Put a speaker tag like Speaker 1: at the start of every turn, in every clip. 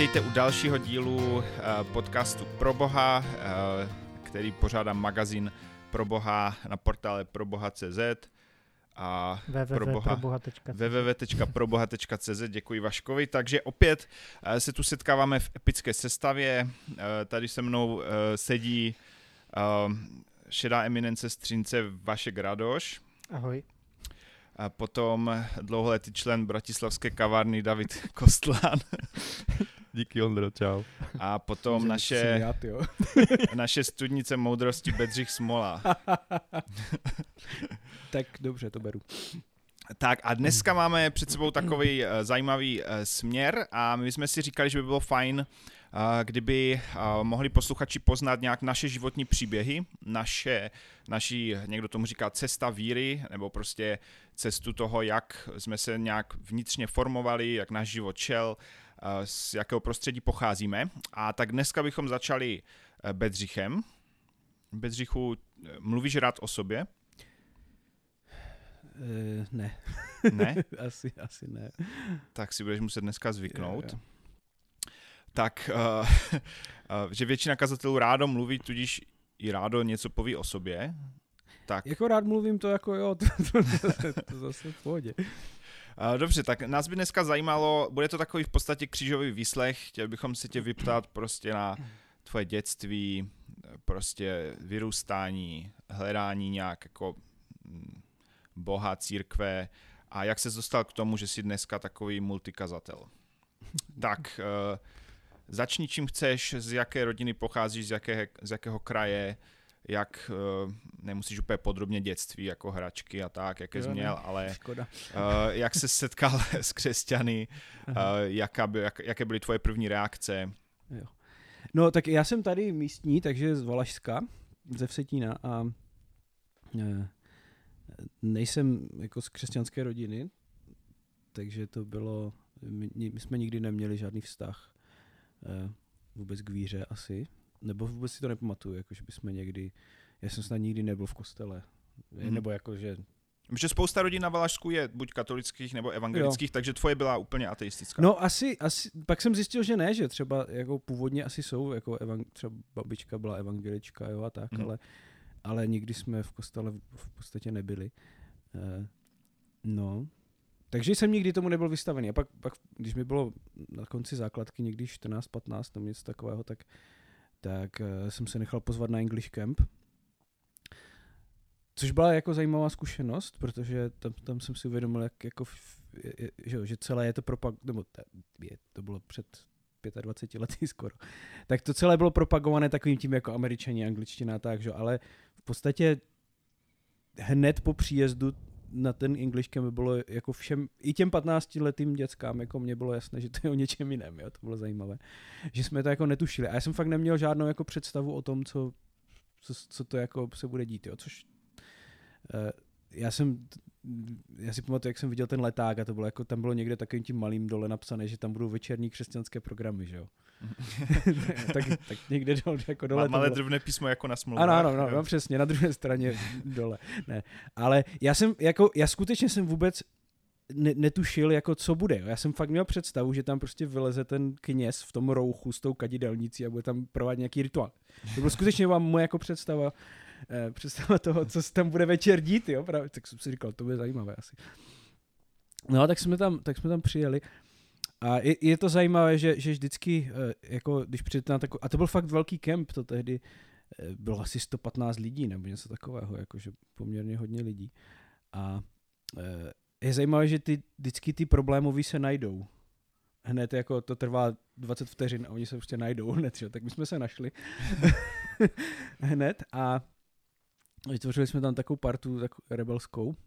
Speaker 1: Vítejte u dalšího dílu podcastu Proboha, který pořádá magazín Proboha na portále proboha.cz a www.proboha.cz. Děkuji Vaškovi. Takže opět se tu setkáváme v epické sestavě. Tady se mnou sedí šedá eminence Střince Vašek Radoš.
Speaker 2: Ahoj.
Speaker 1: A potom dlouholetý člen bratislavské kavárny David Kostlán.
Speaker 3: Díky, Ondro, čau.
Speaker 1: A potom naše studnice moudrosti Bedřich Smola.
Speaker 2: Tak dobře, to beru.
Speaker 1: Tak a dneska máme před sebou takový zajímavý směr a my jsme si říkali, že by bylo fajn, kdyby mohli posluchači poznat nějak naše životní příběhy, naší, někdo tomu říká cesta víry, nebo prostě cestu toho, jak jsme se nějak vnitřně formovali, jak náš život šel, z jakého prostředí pocházíme. A tak dneska bychom začali Bedřichem. Bedřichu, mluvíš rád o sobě?
Speaker 2: Ne.
Speaker 1: Ne?
Speaker 2: asi ne.
Speaker 1: Tak si budeš muset dneska zvyknout. Jo. Tak, že většina kazatelů rádo mluví, tudíž i rádo něco poví o sobě. Tak.
Speaker 2: Jako rád mluvím to jako jo, to zase v pohodě.
Speaker 1: Dobře, tak nás by dneska zajímalo, bude to takový v podstatě křížový výslech, chtěl bychom se tě vyptát prostě na tvoje dětství, prostě vyrůstání, hledání nějak jako Boha, církve a jak ses dostal k tomu, že jsi dneska takový multikazatel. Tak, začni čím chceš, z jaké rodiny pocházíš, z jakého kraje, jak, nemusíš úplně podrobně dětství, jako hračky a tak, jaké jsi měl, ale jak se setkal s křesťany, jaké byly tvoje první reakce.
Speaker 2: Jo. No tak já jsem tady místní, takže z Valašska, ze Vsetína a nejsem jako z křesťanské rodiny, takže to bylo, my jsme nikdy neměli žádný vztah vůbec k víře asi, nebo vůbec si to nepamatuju, jakože bychom někdy, já jsem snad nikdy nebyl v kostele, nebo jakože...
Speaker 1: Protože spousta rodin na Valašsku je buď katolických nebo evangelických, takže tvoje byla úplně ateistická.
Speaker 2: No asi, pak jsem zjistil, že ne, že třeba jako původně asi jsou, jako třeba babička byla evangelička, jo a tak, ale nikdy jsme v kostele v podstatě nebyli. No, takže jsem nikdy tomu nebyl vystavený. A pak když mi bylo na konci základky někdy 14-15, tam něco takového, tak jsem se nechal pozvat na English Camp. Což byla jako zajímavá zkušenost, protože tam jsem si uvědomil, jak jako, že celé je to to bylo před 25 lety skoro. Tak to celé bylo propagované takovým tím jako Američani, angličtina a tak, že? Ale v podstatě hned po příjezdu na ten English Camp bylo jako všem, i těm 15letým dětskám, jako mně bylo jasné, že to je o něčem jiném, jo? To bylo zajímavé. Že jsme to jako netušili. A já jsem fakt neměl žádnou jako představu o tom, co to jako se bude dít, jo? Což já si pamatuju, jak jsem viděl ten leták a to bylo jako, tam bylo někde takovým tím malým dole napsané, že tam budou večerní křesťanské programy, že jo. tak někde dole.
Speaker 1: Malé drobné písmo jako na smlouvách.
Speaker 2: Ano, přesně, na druhé straně dole. Ne. Ale já skutečně jsem vůbec netušil, jako co bude. Jo. Já jsem fakt měl představu, že tam prostě vyleze ten kněz v tom rouchu s tou kadidelnicí a bude tam provádět nějaký rituál. To bylo skutečně moje jako představa toho, co se tam bude večer dít, jo, právě, tak jsem si říkal, to bude zajímavé asi. No, tak jsme tam přijeli a je to zajímavé, že vždycky, jako když přijete na takový, a to byl fakt velký kemp, to tehdy bylo asi 115 lidí, nebo něco takového, jakože poměrně hodně lidí a je zajímavé, že vždycky ty problémoví se najdou. Hned jako to trvá 20 vteřin a oni se prostě najdou hned, že? Tak my jsme se našli hned a vytvořili jsme tam takovou partu rebelskou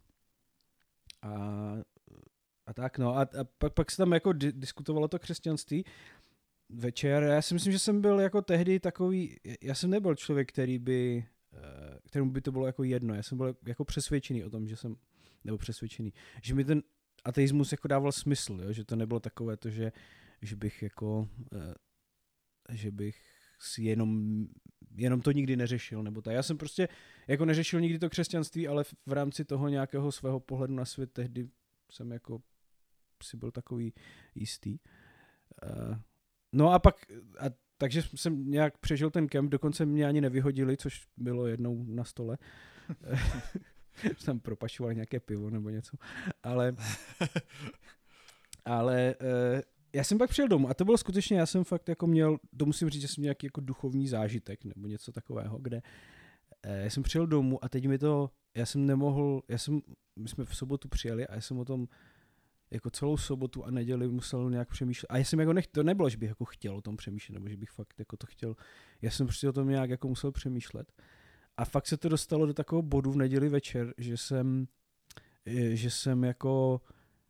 Speaker 2: a tak no a pak se tam jako diskutovalo to křesťanství večer. Já si myslím, že jsem byl jako tehdy takový, já jsem nebyl člověk, kterému by to bylo jako jedno, já jsem byl jako přesvědčený o tom, že mi ten ateismus jako dával smysl, jo? Že to nebylo takové to, že bych jako, že bych si jenom to nikdy neřešil, nebo tak. Já jsem prostě jako neřešil nikdy to křesťanství, ale v rámci toho nějakého svého pohledu na svět tehdy jsem jako si byl takový jistý. No a pak, takže jsem nějak přežil ten kemp, dokonce mě ani nevyhodili, což bylo jednou na stole. Tam propašovali nějaké pivo nebo něco. Ale já jsem pak přijel domů a to bylo skutečně, já jsem fakt jako měl, to musím říct, že jsem měl nějaký jako duchovní zážitek nebo něco takového, kde já jsem přijel domů a teď mi to, my jsme v sobotu přijeli a já jsem o tom jako celou sobotu a neděli musel nějak přemýšlet. A já jsem jako to nebylo, že bych jako chtěl o tom přemýšlet, nebo že bych fakt jako to chtěl. Já jsem prostě o tom nějak jako musel přemýšlet. A fakt se to dostalo do takového bodu v neděli večer, že jsem jako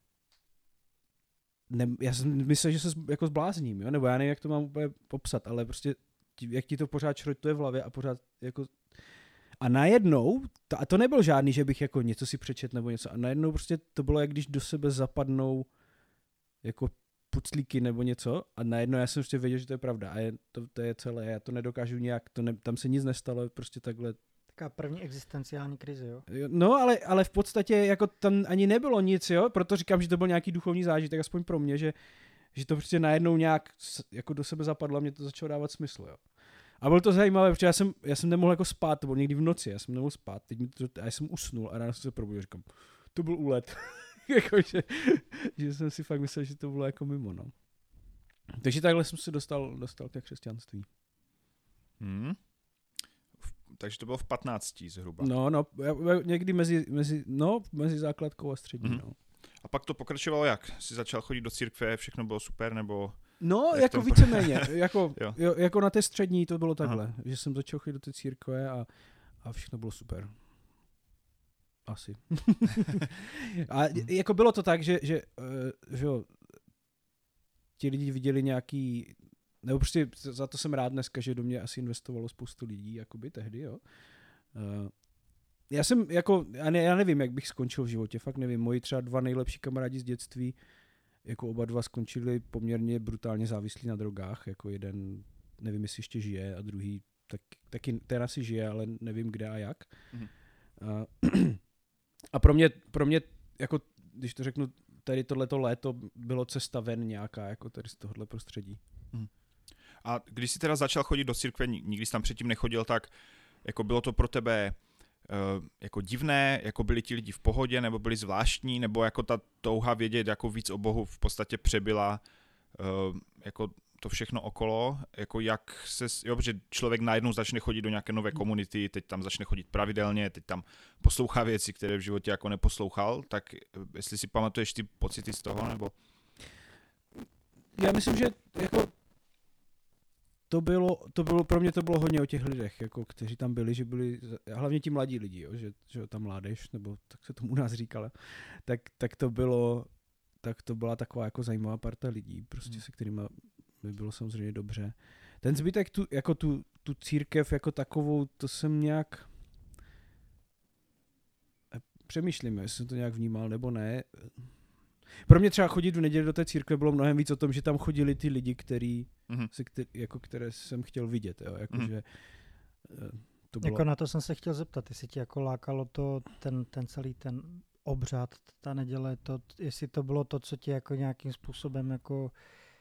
Speaker 2: já jsem myslel, že se jako zblázním, jo? Nebo já nevím, jak to mám úplně popsat, ale prostě jak ti to pořád šrotuje v hlavě a pořád jako a najednou, a to nebyl žádný, že bych jako něco si přečet nebo něco, a najednou prostě to bylo, jak když do sebe zapadnou jako puclíky nebo něco a najednou já jsem prostě věděl, že to je pravda a to je celé, já to nedokážu nějak, tam se nic nestalo, prostě takhle.
Speaker 4: Taká první existenciální krize, jo?
Speaker 2: No, ale v podstatě jako tam ani nebylo nic, jo, proto říkám, že to byl nějaký duchovní zážitek, aspoň pro mě, že to prostě najednou nějak jako do sebe zapadlo a mě to začalo dávat smysl, jo. A bylo to zajímavé, protože já jsem nemohl jako spát, to bylo někdy v noci, já jsem nemohl spát, a já jsem usnul a ráno jsem se probudil, říkám, to byl úlet. Jakože, že jsem si fakt myslel, že to bylo jako mimo, no. Takže takhle jsem se dostal ke křesťanství.
Speaker 1: Takže to bylo v 15 zhruba.
Speaker 2: No, někdy mezi základkou a střední, no.
Speaker 1: A pak to pokračovalo jak? Jsi začal chodit do církve, všechno bylo super, nebo...
Speaker 2: No, jako víceméně, jako na té střední to bylo takhle, že jsem začal chodit do té církve a všechno bylo super. Asi. A jako bylo to tak, že jo, ti lidi viděli nějaký, nebo prostě za to jsem rád dneska, že do mě asi investovalo spoustu lidí, jakoby tehdy, jo. Já jsem jako, já nevím, jak bych skončil v životě, fakt nevím, moji třeba 2 nejlepší kamarádi z dětství, jako oba 2 skončili poměrně brutálně závislí na drogách, jako jeden, nevím, jestli ještě žije a druhý taky ten asi žije, ale nevím kde a jak. A pro mě, jako, když to řeknu, tady tohleto léto bylo cesta ven nějaká, jako tady z tohohle prostředí.
Speaker 1: A když jsi teda začal chodit do církve, nikdy jsi tam předtím nechodil, tak jako bylo to pro tebe jako divné, jako byli ti lidi v pohodě, nebo byli zvláštní, nebo jako ta touha vědět jako víc o Bohu v podstatě přebyla jako to všechno okolo, jako jak protože člověk najednou začne chodit do nějaké nové komunity, teď tam začne chodit pravidelně, teď tam poslouchá věci, které v životě jako neposlouchal, tak jestli si pamatuješ ty pocity z toho, nebo?
Speaker 2: Já myslím, že jako to bylo pro mě to bylo hodně o těch lidech, jako, kteří tam byli, že byli, hlavně ti mladí lidi, jo, že ta mládež, nebo tak se tomu u nás říkalo, tak to byla taková jako zajímavá parta lidí, prostě se kterými by bylo samozřejmě dobře. Ten zbytek, tu církev jako takovou, to jsem nějak přemýšlím, jestli jsem to nějak vnímal nebo ne. Pro mě třeba chodit v neděli do té církve bylo mnohem víc o tom, že tam chodili ty lidi, které jsem chtěl vidět, jo, jakože to bylo...
Speaker 4: Jako na to jsem se chtěl zeptat, jestli ti jako lákalo to, ten celý ten obřad, ta neděle, jestli to bylo to, co tě jako nějakým způsobem jako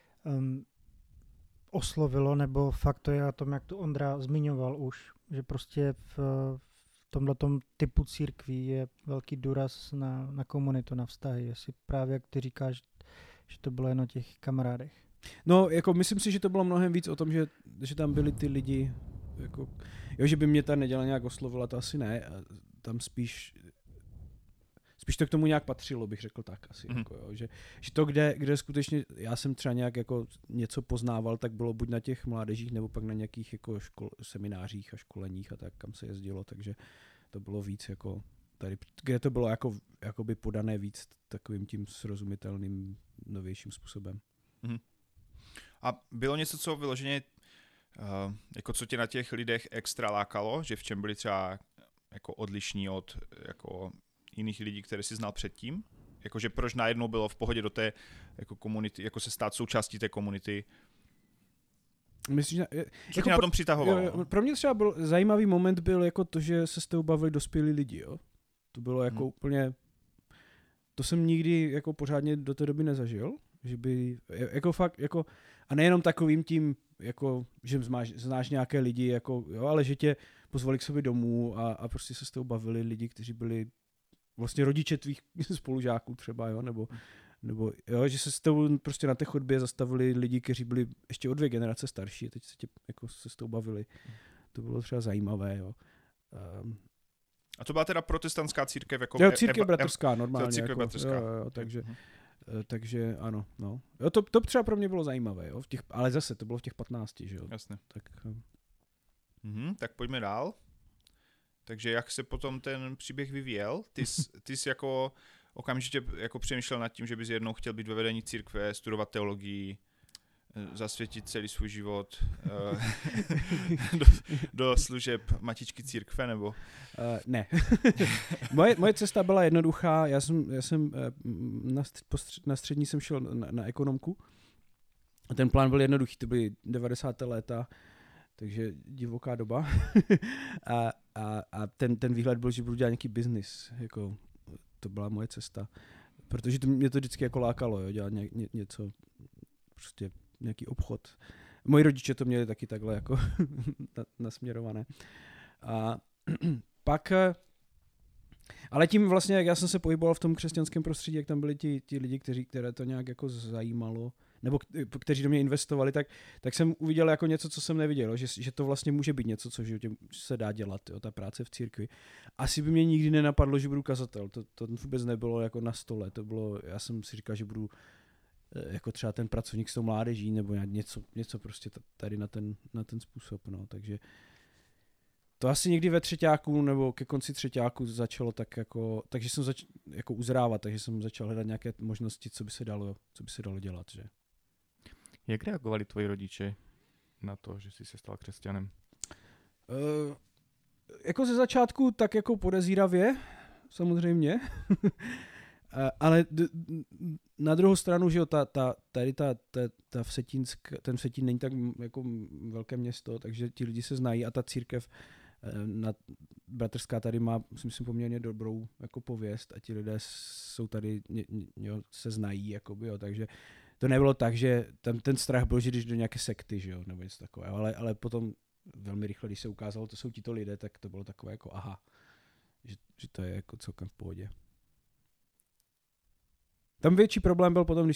Speaker 4: oslovilo, nebo fakt to je o tom, jak to Ondra zmiňoval už, že prostě v tomhletom typu církví je velký důraz na komunitu, na vztahy, jestli právě jak ty říkáš, že to bylo jen o těch kamarádech.
Speaker 2: No, jako myslím si, že to bylo mnohem víc o tom, že tam byli ty lidi, jako, jo, že by mě ta neděle nějak oslovila, to asi ne, a tam spíš to k tomu nějak patřilo, bych řekl tak asi, jako, jo, že to, kde skutečně já jsem třeba nějak jako něco poznával, tak bylo buď na těch mládežích, nebo pak na nějakých jako seminářích a školeních a tak, kam se jezdilo, takže to bylo víc jako tady, kde to bylo jakoby podané víc takovým tím srozumitelným novějším způsobem.
Speaker 1: A bylo něco, co vyloženě, jako co tě na těch lidech extra lákalo, že v čem byli třeba jako odlišní od jako jiných lidí, které jsi znal předtím? Jakože proč najednou bylo v pohodě do té jako komunity, jako se stát součástí té komunity?
Speaker 2: Myslím,
Speaker 1: co tě na tom přitahovalo?
Speaker 2: Jo, pro mě třeba byl zajímavý moment byl jako to, že se s tebou bavili dospělí lidi, jo. To bylo jako úplně, to jsem nikdy jako pořádně do té doby nezažil, že by, jako fakt, jako, A nejenom takovým tím, jako, že znáš nějaké lidi, jako, jo, ale že tě pozvali k sobě domů a prostě se s tou bavili lidi, kteří byli vlastně rodiče tvých spolužáků třeba, jo, nebo jo, že se s tou prostě na té chodbě zastavili lidi, kteří byli ještě o 2 generace starší a teď se s tou bavili. To bylo třeba zajímavé, jo.
Speaker 1: A to byla teda protestantská církev? Jako
Speaker 2: jo, církev bratrská normálně.
Speaker 1: Církev
Speaker 2: jako,
Speaker 1: bratrská.
Speaker 2: Jo, takže ano, no. Jo, to třeba pro mě bylo zajímavé, jo, ale zase to bylo v těch 15, že jo.
Speaker 1: Jasně.
Speaker 2: Tak,
Speaker 1: tak pojďme dál. Takže jak se potom ten příběh vyvíjel? Ty jsi jako okamžitě jako přemýšlel nad tím, že bys jednou chtěl být ve vedení církve, studovat teologii, zasvětit celý svůj život do služeb matičky církve, nebo?
Speaker 2: Ne. Moje cesta byla jednoduchá. Já jsem na střední jsem šel na ekonomku. A ten plán byl jednoduchý, to byly 90. léta, takže divoká doba. a ten výhled byl, že budu dělat nějaký biznis. Jako, to byla moje cesta. Protože mě to vždycky jako lákalo, jo, dělat něco, prostě nějaký obchod. Moji rodiče to měli taky takhle jako nasměrované. A pak, ale tím vlastně, jak já jsem se pohyboval v tom křesťanském prostředí, jak tam byli ti lidi, které to nějak jako zajímalo, nebo kteří do mě investovali, tak jsem uviděl jako něco, co jsem neviděl, že to vlastně může být něco, co v životě se dá dělat, jo, ta práce v církvi. Asi by mě nikdy nenapadlo, že budu kazatel, to vůbec nebylo jako na stole, to bylo, já jsem si říkal, že budu jako třeba ten pracovník s tou mládeží, nebo něco prostě tady na ten způsob, no, takže to asi někdy ve třeťáku nebo ke konci třeťáku začalo tak jako, takže jsem začal jako uzrávat, takže jsem začal hledat nějaké možnosti, co by se dalo dělat, že.
Speaker 3: Jak reagovali tvoji rodiče na to, že jsi se stal křesťanem?
Speaker 2: Jako ze začátku tak jako podezíravě, samozřejmě, ale na druhou stranu, že jo, ten Vsetín není tak jako velké město, takže ti lidi se znají a ta církev bratrská tady má, myslím, poměrně dobrou jako pověst a ti lidé jsou tady, se znají, jakoby, jo, takže to nebylo tak, že tam ten strach byl, že když do nějaké sekty, že jo, nebo něco takového, ale potom velmi rychle, když se ukázalo, to jsou tito lidé, tak to bylo takové jako aha, že to je jako celkem v pohodě. Tam větší problém byl potom,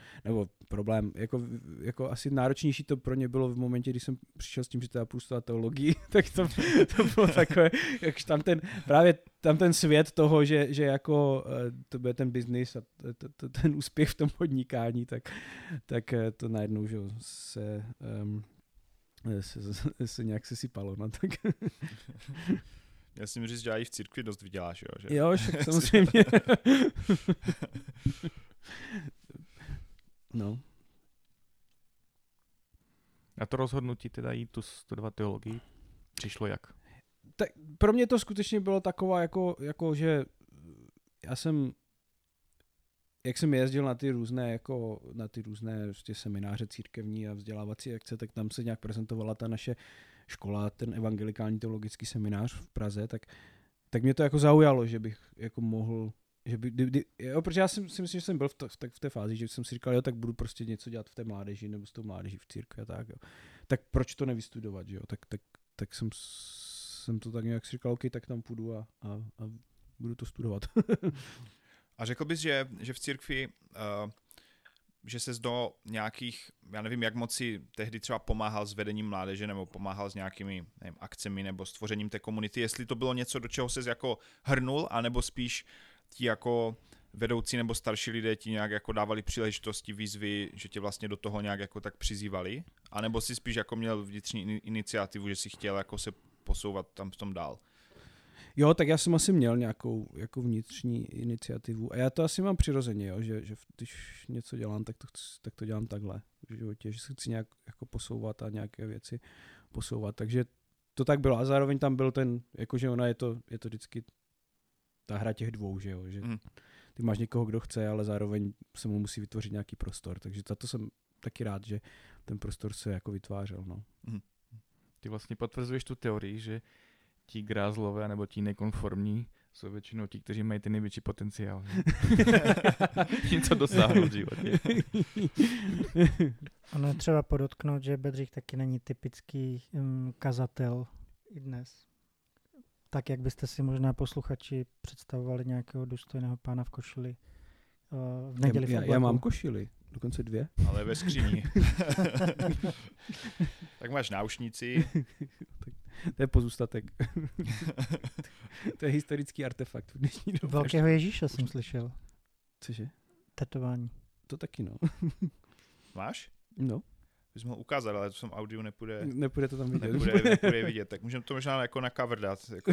Speaker 2: jako asi náročnější to pro ně bylo v momentě, kdy jsem přišel s tím, že teda půjdu studovat teologii, tak to bylo takové, jak tam ten svět toho, že jako to bude ten biznis a ten úspěch v tom podnikání, tak to najednou, že se nějak sesypalo, no tak.
Speaker 1: Já si mi říct, že i v církvi dost vyděláš, jo? Že?
Speaker 2: Jo, však samozřejmě. No.
Speaker 3: A to rozhodnutí teda jít tu studovat teologii přišlo jak?
Speaker 2: Tak pro mě to skutečně bylo taková, jako že já jsem, jak jsem jezdil na ty různé prostě semináře církevní a vzdělávací akce, tak tam se nějak prezentovala ta naše škola, ten evangelikální teologický seminář v Praze, tak mě to jako zaujalo, že bych jako mohl, že jo, protože já si myslím, že jsem byl v té fázi, že jsem si říkal, jo, tak budu prostě něco dělat v té mládeži nebo s tou mládeží v církvi a tak, jo. Tak proč to nevystudovat, že jo, tak jsem to tak nějak si říkal, OK, tak tam půjdu a budu to studovat.
Speaker 1: A řekl bys, že v církvi že ses do nějakých, já nevím, jak moc si tehdy třeba pomáhal s vedením mládeže nebo pomáhal s nějakými akcemi nebo stvořením té komunity, jestli to bylo něco, do čeho ses jako hrnul, anebo spíš ti jako vedoucí nebo starší lidé ti nějak jako dávali příležitosti, výzvy, že tě vlastně do toho nějak jako tak přizývali, anebo si spíš jako měl vnitřní iniciativu, že si chtěl jako se posouvat tam v tom dál?
Speaker 2: Jo, tak já jsem asi měl nějakou jako vnitřní iniciativu a já to asi mám přirozeně, jo, že když něco dělám, tak to dělám takhle v životě, že se chci nějak jako posouvat a nějaké věci posouvat, takže to tak bylo a zároveň tam byl ten, jakože ona je to vždycky ta hra těch dvou, že jo, že ty máš někoho, kdo chce, ale zároveň se mu musí vytvořit nějaký prostor, takže za to jsem taky rád, že ten prostor se jako vytvářel, no.
Speaker 3: Ty vlastně potvrzuješ tu teorii, že ti grázlové nebo ti nekonformní jsou většinou ti, kteří mají ten největší potenciál. Něco dosáhnout v životě.
Speaker 4: Ono je třeba podotknout, že Bedřich taky není typický kazatel i dnes. Tak, jak byste si možná posluchači představovali nějakého důstojného pána v košili v neděli v oblaku.
Speaker 2: Já mám košili, dokonce 2.
Speaker 1: Ale ve skříni. Tak máš náušnici.
Speaker 2: To je pozůstatek. To je historický artefakt v dnešní době.
Speaker 4: Velkého Ježíše jsem slyšel.
Speaker 2: Cože?
Speaker 4: Tetování.
Speaker 2: To taky, no.
Speaker 1: Máš?
Speaker 2: No.
Speaker 1: Bys mohl ukázat, ale to v tom audiu nepůjde.
Speaker 2: Nepůjde to tam vidět.
Speaker 1: Nepůjde vidět, tak můžeme to možná jako na cover dát. Jako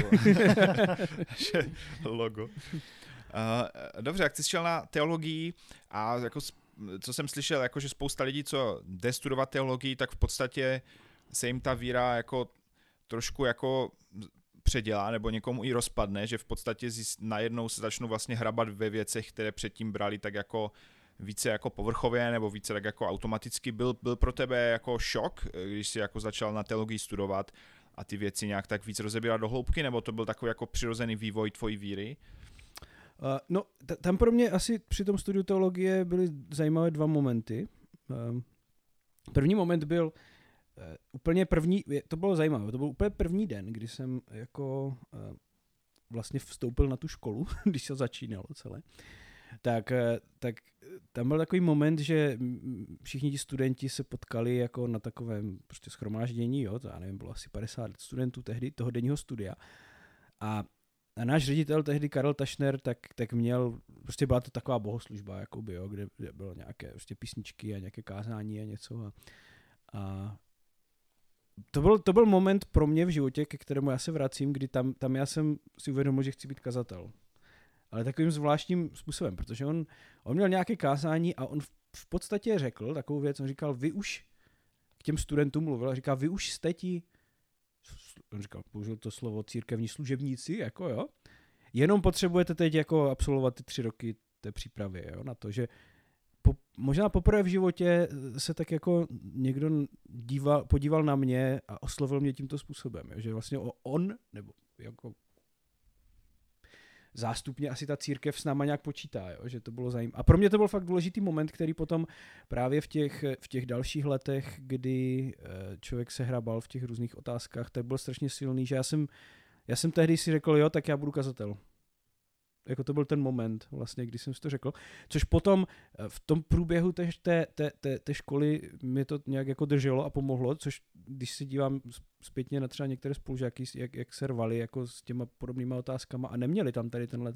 Speaker 1: logo. Dobře, jak jsi šel na teologii a jako, co jsem slyšel, jako, že spousta lidí, co jde studovat teologii, tak v podstatě se jim ta víra jako trošku jako předělá nebo někomu i rozpadne, že v podstatě najednou se začnou vlastně hrabat ve věcech, které předtím brali tak jako více jako povrchově nebo více tak jako automaticky. Byl pro tebe jako šok, když jsi jako začal na teologii studovat a ty věci nějak tak víc rozebírat do hloubky, nebo to byl takový jako přirozený vývoj tvojí víry?
Speaker 2: No, tam pro mě asi při tom studiu teologie byly zajímavé 2 momenty. První moment byl úplně první, to bylo zajímavé, to byl úplně první den, kdy jsem jako vlastně vstoupil na tu školu, když se začínalo celé. Tak tam byl takový moment, že všichni ti studenti se potkali jako na takovém prostě shromáždění, jo, to já nevím, bylo asi 50 studentů tehdy, toho denního studia. A náš ředitel tehdy Karel Tašner, tak měl, prostě byla to taková bohoslužba, jakoby, jo, kde bylo nějaké prostě písničky a nějaké kázání a něco. A to byl moment pro mě v životě, ke kterému já se vracím, kdy tam já jsem si uvědomil, že chci být kazatel. Ale takovým zvláštním způsobem, protože on měl nějaké kázání a on v podstatě řekl takovou věc, on říkal, vy už, k těm studentům mluvil, a říkal, vy už jste on říkal, použil to slovo církevní služebníci, jako jo, jenom potřebujete teď jako absolvovat ty 3 roky té přípravy, jo, na to, že možná poprvé v životě se tak jako někdo podíval na mě a oslovil mě tímto způsobem, jo, že vlastně on, nebo jako zástupně asi ta církev s náma nějak počítá, jo? Že to bylo zajímavé. A pro mě to byl fakt důležitý moment, který potom právě v těch dalších letech, kdy člověk se hrabal v těch různých otázkách, tak byl strašně silný, že já jsem tehdy si řekl, jo, tak já budu kazatel. Jako to byl ten moment, vlastně, kdy jsem si to řekl. Což potom v tom průběhu té školy mě to nějak jako drželo a pomohlo, což když se dívám zpětně na třeba některé spolužáky, jak se rvali jako s těma podobnýma otázkama a neměli tam tady tenhle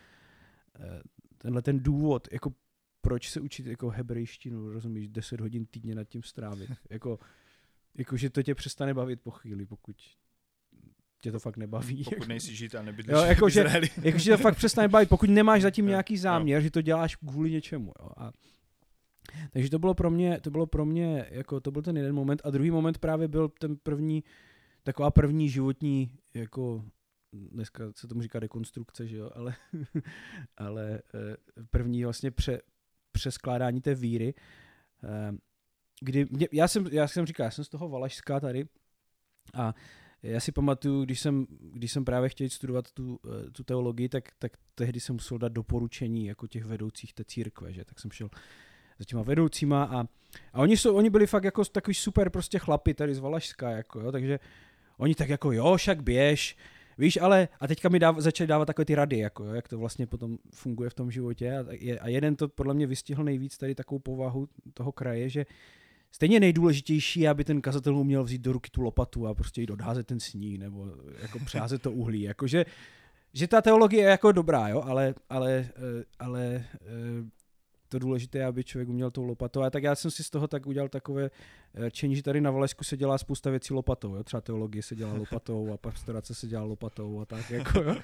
Speaker 2: ten důvod, jako proč se učit jako hebrejštinu, rozumíš, 10 hodin týdně nad tím strávit. Jako že to tě přestane bavit po chvíli, pokud tě to fakt nebaví.
Speaker 1: Pokud nejsi žít a nebydlíš
Speaker 2: v
Speaker 1: Izraeli.
Speaker 2: Jakože to fakt přestane bavit, pokud nemáš zatím nějaký záměr, že to děláš kvůli něčemu. Jo. Takže to bylo pro mě, jako to byl ten jeden moment a druhý moment právě byl ten taková první životní, jako dneska se tomu říká rekonstrukce, že jo, ale první vlastně přeskládání té víry, kdy já jsem říkal, já jsem z toho Valašska tady a já si pamatuju, když jsem právě chtěl studovat tu teologii, tak tehdy jsem musel dát doporučení jako těch vedoucích té církve, že? Tak jsem šel za těma vedoucíma a oni byli fakt jako takový super prostě chlapi tady z Valašska, jako, jo? Takže oni tak jako jo, však běž, víš, ale a teďka mi začali dávat takové ty rady, jako, jo? Jak to vlastně potom funguje v tom životě a jeden to podle mě vystihl nejvíc tady takovou povahu toho kraje, že stejně nejdůležitější je, aby ten kazatel uměl vzít do ruky tu lopatu a prostě jít odházet ten sníh nebo jako přeházet to uhlí. Jakože, že ta teologie je jako dobrá, jo, ale to důležité je, aby člověk uměl tou lopatou. A tak já jsem si z toho tak udělal takové čení, že tady na Valašsku se dělá spousta věcí lopatou. Jo? Třeba teologie se dělá lopatou a pastorace se dělá lopatou a tak. Jako, jo?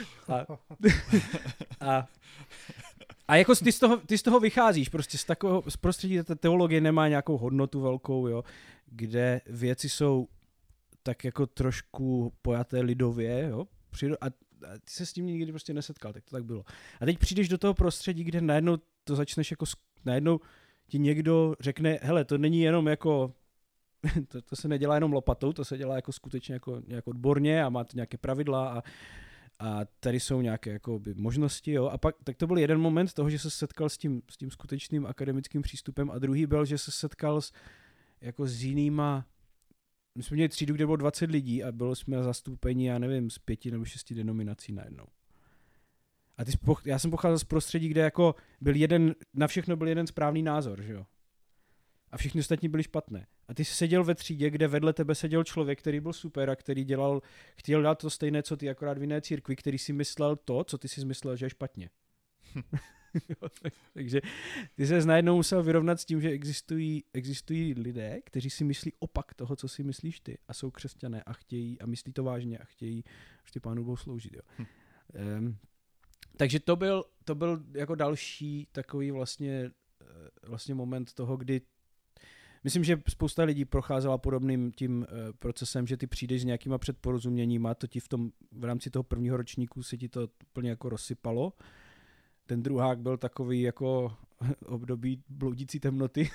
Speaker 2: A jako ty z toho vycházíš, prostě z prostředí té teologie nemá nějakou hodnotu velkou, jo, kde věci jsou tak jako trošku pojaté lidově, jo, a ty se s tím nikdy prostě nesetkal, tak to tak bylo. A teď přijdeš do toho prostředí, kde najednou to začneš jako, najednou ti někdo řekne, hele, to není jenom jako, to se nedělá jenom lopatou, to se dělá jako skutečně jako nějak odborně a má to nějaké pravidla A tady jsou nějaké jakoby možnosti, jo. A pak, tak to byl jeden moment toho, že se setkal s tím skutečným akademickým přístupem a druhý byl, že se setkal s jinýma. My jsme měli třídu, kde bylo 20 lidí a bylo jsme zastoupeni, já nevím, z 5 nebo 6 denominací najednou. A já jsem pocházel z prostředí, kde jako na všechno byl jeden správný názor, že jo. A všichni ostatní byli špatné. A ty jsi seděl ve třídě, kde vedle tebe seděl člověk, který byl super a který chtěl dát to stejné, co ty, akorát v jiné církvi, který si myslel to, co ty si myslel, že je špatně. Takže ty se najednou musel vyrovnat s tím, že existují lidé, kteří si myslí opak toho, co si myslíš ty a jsou křesťané a myslí to vážně a chtějí vždy Pánu Bohu sloužit. Jo. Takže to byl jako další takový vlastně moment toho, kdy myslím, že spousta lidí procházela podobným tím procesem, že ty přijdeš s nějakýma předporozuměníma, to ti v rámci toho prvního ročníku se ti to úplně jako rozsypalo. Ten druhák byl takový jako období bloudící temnoty.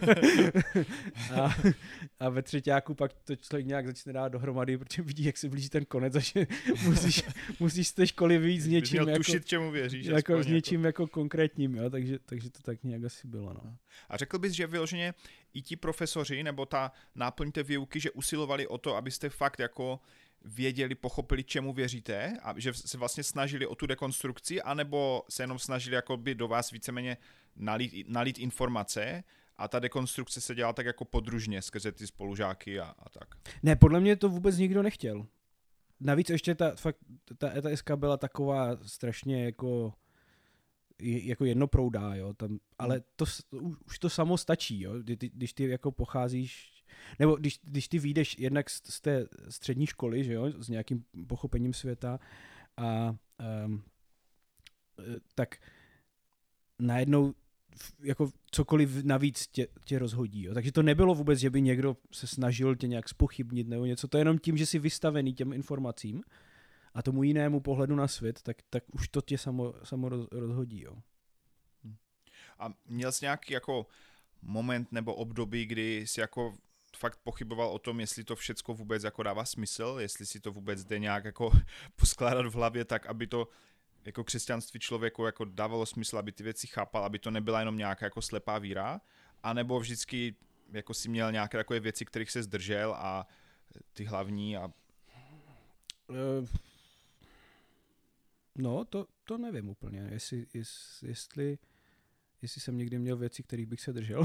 Speaker 2: a ve třetíku pak to člověk nějak začne dát dohromady, protože vidí, jak se blíží ten konec a že musíš z té školy vyjít s něčím
Speaker 1: jako, tušit, čemu věříš.
Speaker 2: Jako s něčím jako konkrétním, jo? Takže to tak nějak asi bylo. No.
Speaker 1: A řekl bys, že vyloženě i ti profesoři nebo ta náplň té výuky, že usilovali o to, abyste fakt jako věděli, pochopili, čemu věříte a že se vlastně snažili o tu dekonstrukci, anebo se jenom snažili jakoby do vás víceméně nalít informace a ta dekonstrukce se dělala tak jako podružně skrze ty spolužáky a tak.
Speaker 2: Ne, podle mě to vůbec nikdo nechtěl. Navíc ještě ta ETSK byla taková strašně jako jednoproudá, jo, tam, ale už to samo stačí, jo, když ty jako pocházíš, nebo když ty vyjdeš jednak z té střední školy, že jo, s nějakým pochopením světa a tak najednou jako cokoliv navíc tě rozhodí, jo. Takže to nebylo vůbec, že by někdo se snažil tě nějak zpochybnit nebo něco, to je jenom tím, že jsi vystavený těm informacím a tomu jinému pohledu na svět, tak už to tě samo rozhodí, jo.
Speaker 1: A měl jsi nějaký jako moment nebo období, kdy jsi jako fakt pochyboval o tom, jestli to všecko vůbec jako dává smysl, jestli si to vůbec jde nějak jako poskládat v hlavě tak, aby to jako křesťanství člověku jako dávalo smysl, aby ty věci chápal, aby to nebyla jenom nějaká jako slepá víra, anebo vždycky jako si měl nějaké takové věci, kterých se zdržel a ty hlavní a...
Speaker 2: No, to nevím úplně, jestli jsem někdy měl věci, kterých bych se držel.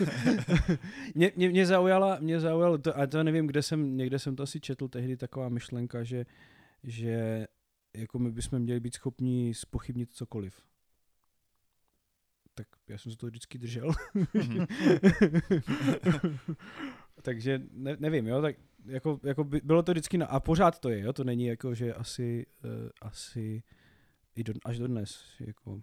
Speaker 2: mě zaujalo to, a to nevím, někde jsem to asi četl tehdy, taková myšlenka, že jako my bychom měli být schopni zpochybnit cokoliv. Tak já jsem se to vždycky držel. Takže nevím, jo, tak jako bylo to vždycky, a pořád to je, jo, to není jako, že asi až do dnes, jako...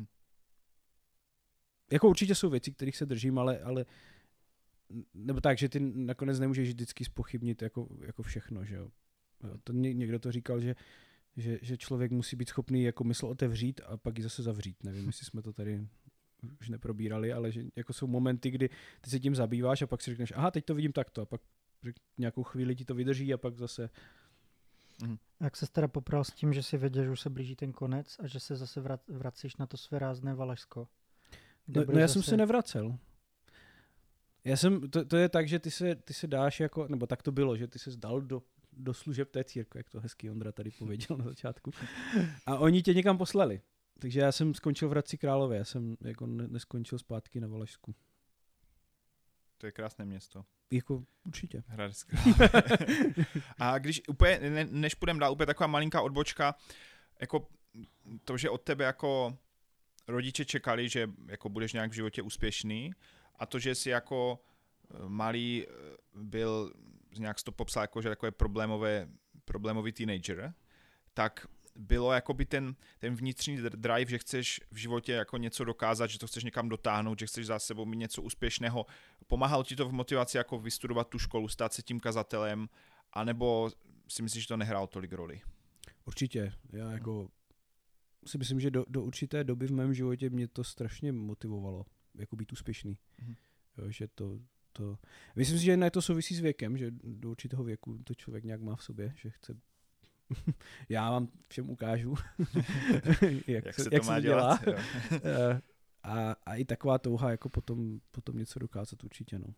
Speaker 2: Jako určitě jsou věci, kterých se držím, ale nebo tak, že ty nakonec nemůžeš vždycky zpochybnit jako všechno, že jo. To někdo to říkal, že člověk musí být schopný jako mysl otevřít a pak ji zase zavřít. Nevím, jestli jsme to tady už neprobírali, ale že jako jsou momenty, kdy ty se tím zabýváš a pak si řekneš, aha, teď to vidím takto a pak nějakou chvíli ti to vydrží a pak zase...
Speaker 4: Jak se teda popral s tím, že si věděl, že už se blíží ten konec a že se zase vracíš na to své rázné Valašsko?
Speaker 2: No já jsem se nevracel. To je tak, že ty se dáš jako, nebo tak to bylo, že ty se zdal do služeb té církve, jak to hezký Ondra tady pověděl na začátku. A oni tě někam poslali. Takže já jsem skončil v Hradci Králové, já jsem jako neskončil zpátky na Valašsku.
Speaker 1: To je krásné město.
Speaker 2: Jako určitě.
Speaker 1: Hradec Králové. A když úplně, než půjdeme dál, úplně taková malinká odbočka, jako to, že od tebe jako rodiče čekali, že jako budeš nějak v životě úspěšný a to, že jsi jako malý byl, nějak jsi to popsal jako, že takové problémový teenager, tak bylo jakoby ten vnitřní drive, že chceš v životě jako něco dokázat, že to chceš někam dotáhnout, že chceš za sebou mít něco úspěšného. Pomáhalo ti to v motivaci jako vystudovat tu školu, stát se tím kazatelem, anebo si myslíš, že to nehrálo tolik roli?
Speaker 2: Určitě. Já jako si myslím, že do určité doby v mém životě mě to strašně motivovalo, jako být úspěšný. Jo, že to... Myslím si, že ne to souvisí s věkem, že do určitého věku to člověk nějak má v sobě, že chce Já vám všem ukážu,
Speaker 1: Jak se to má dělat.
Speaker 2: A i taková touha jako potom něco dokázat určitě, no.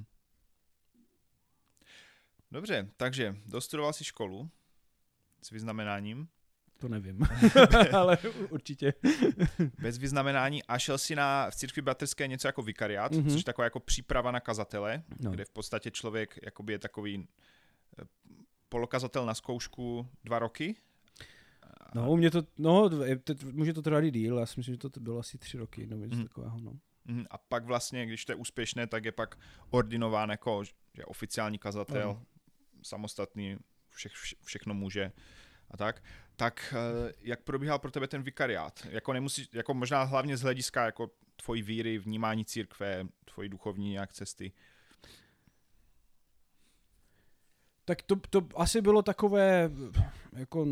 Speaker 1: Dobře, takže dostudoval jsi školu s vyznamenáním.
Speaker 2: To nevím, ale určitě.
Speaker 1: Bez vyznamenání a šel si v církvi bratrské něco jako vikariát, což je taková jako příprava na kazatele, kde v podstatě člověk jakoby je takový polokazatel na zkoušku 2 roky.
Speaker 2: No, může to trvat i díl, já si myslím, že to bylo asi 3 roky, nebo něco takového, no.
Speaker 1: A pak vlastně, když to je úspěšné, tak je pak ordinován jako že oficiální kazatel, samostatný, všechno může a tak. Tak jak probíhal pro tebe ten vikariát? Jako možná hlavně z hlediska jako tvojí víry, vnímání církve, tvojí duchovní nějak cesty.
Speaker 2: Tak to asi bylo takové, jako,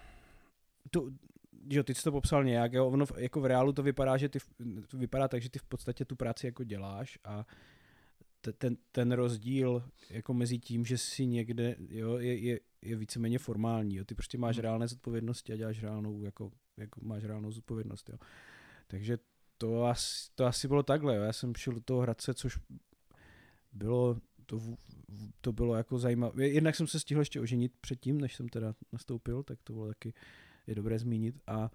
Speaker 2: že ty jsi to popsal nějak, jo? Ono jako v reálu to vypadá, že to vypadá tak, že ty v podstatě tu práci jako děláš a ten rozdíl jako mezi tím, že si někde, jo, je víceméně formální, jo? Ty prostě máš reálné zodpovědnosti a děláš reálnou, jako máš reálnou zodpovědnost, jo. Takže to asi bylo takhle, jo? Já jsem šel do toho Hradce, což bylo, to bylo jako zajímavé. Jednak jsem se stihl ještě oženit předtím, než jsem teda nastoupil, tak to bylo taky je dobré zmínit a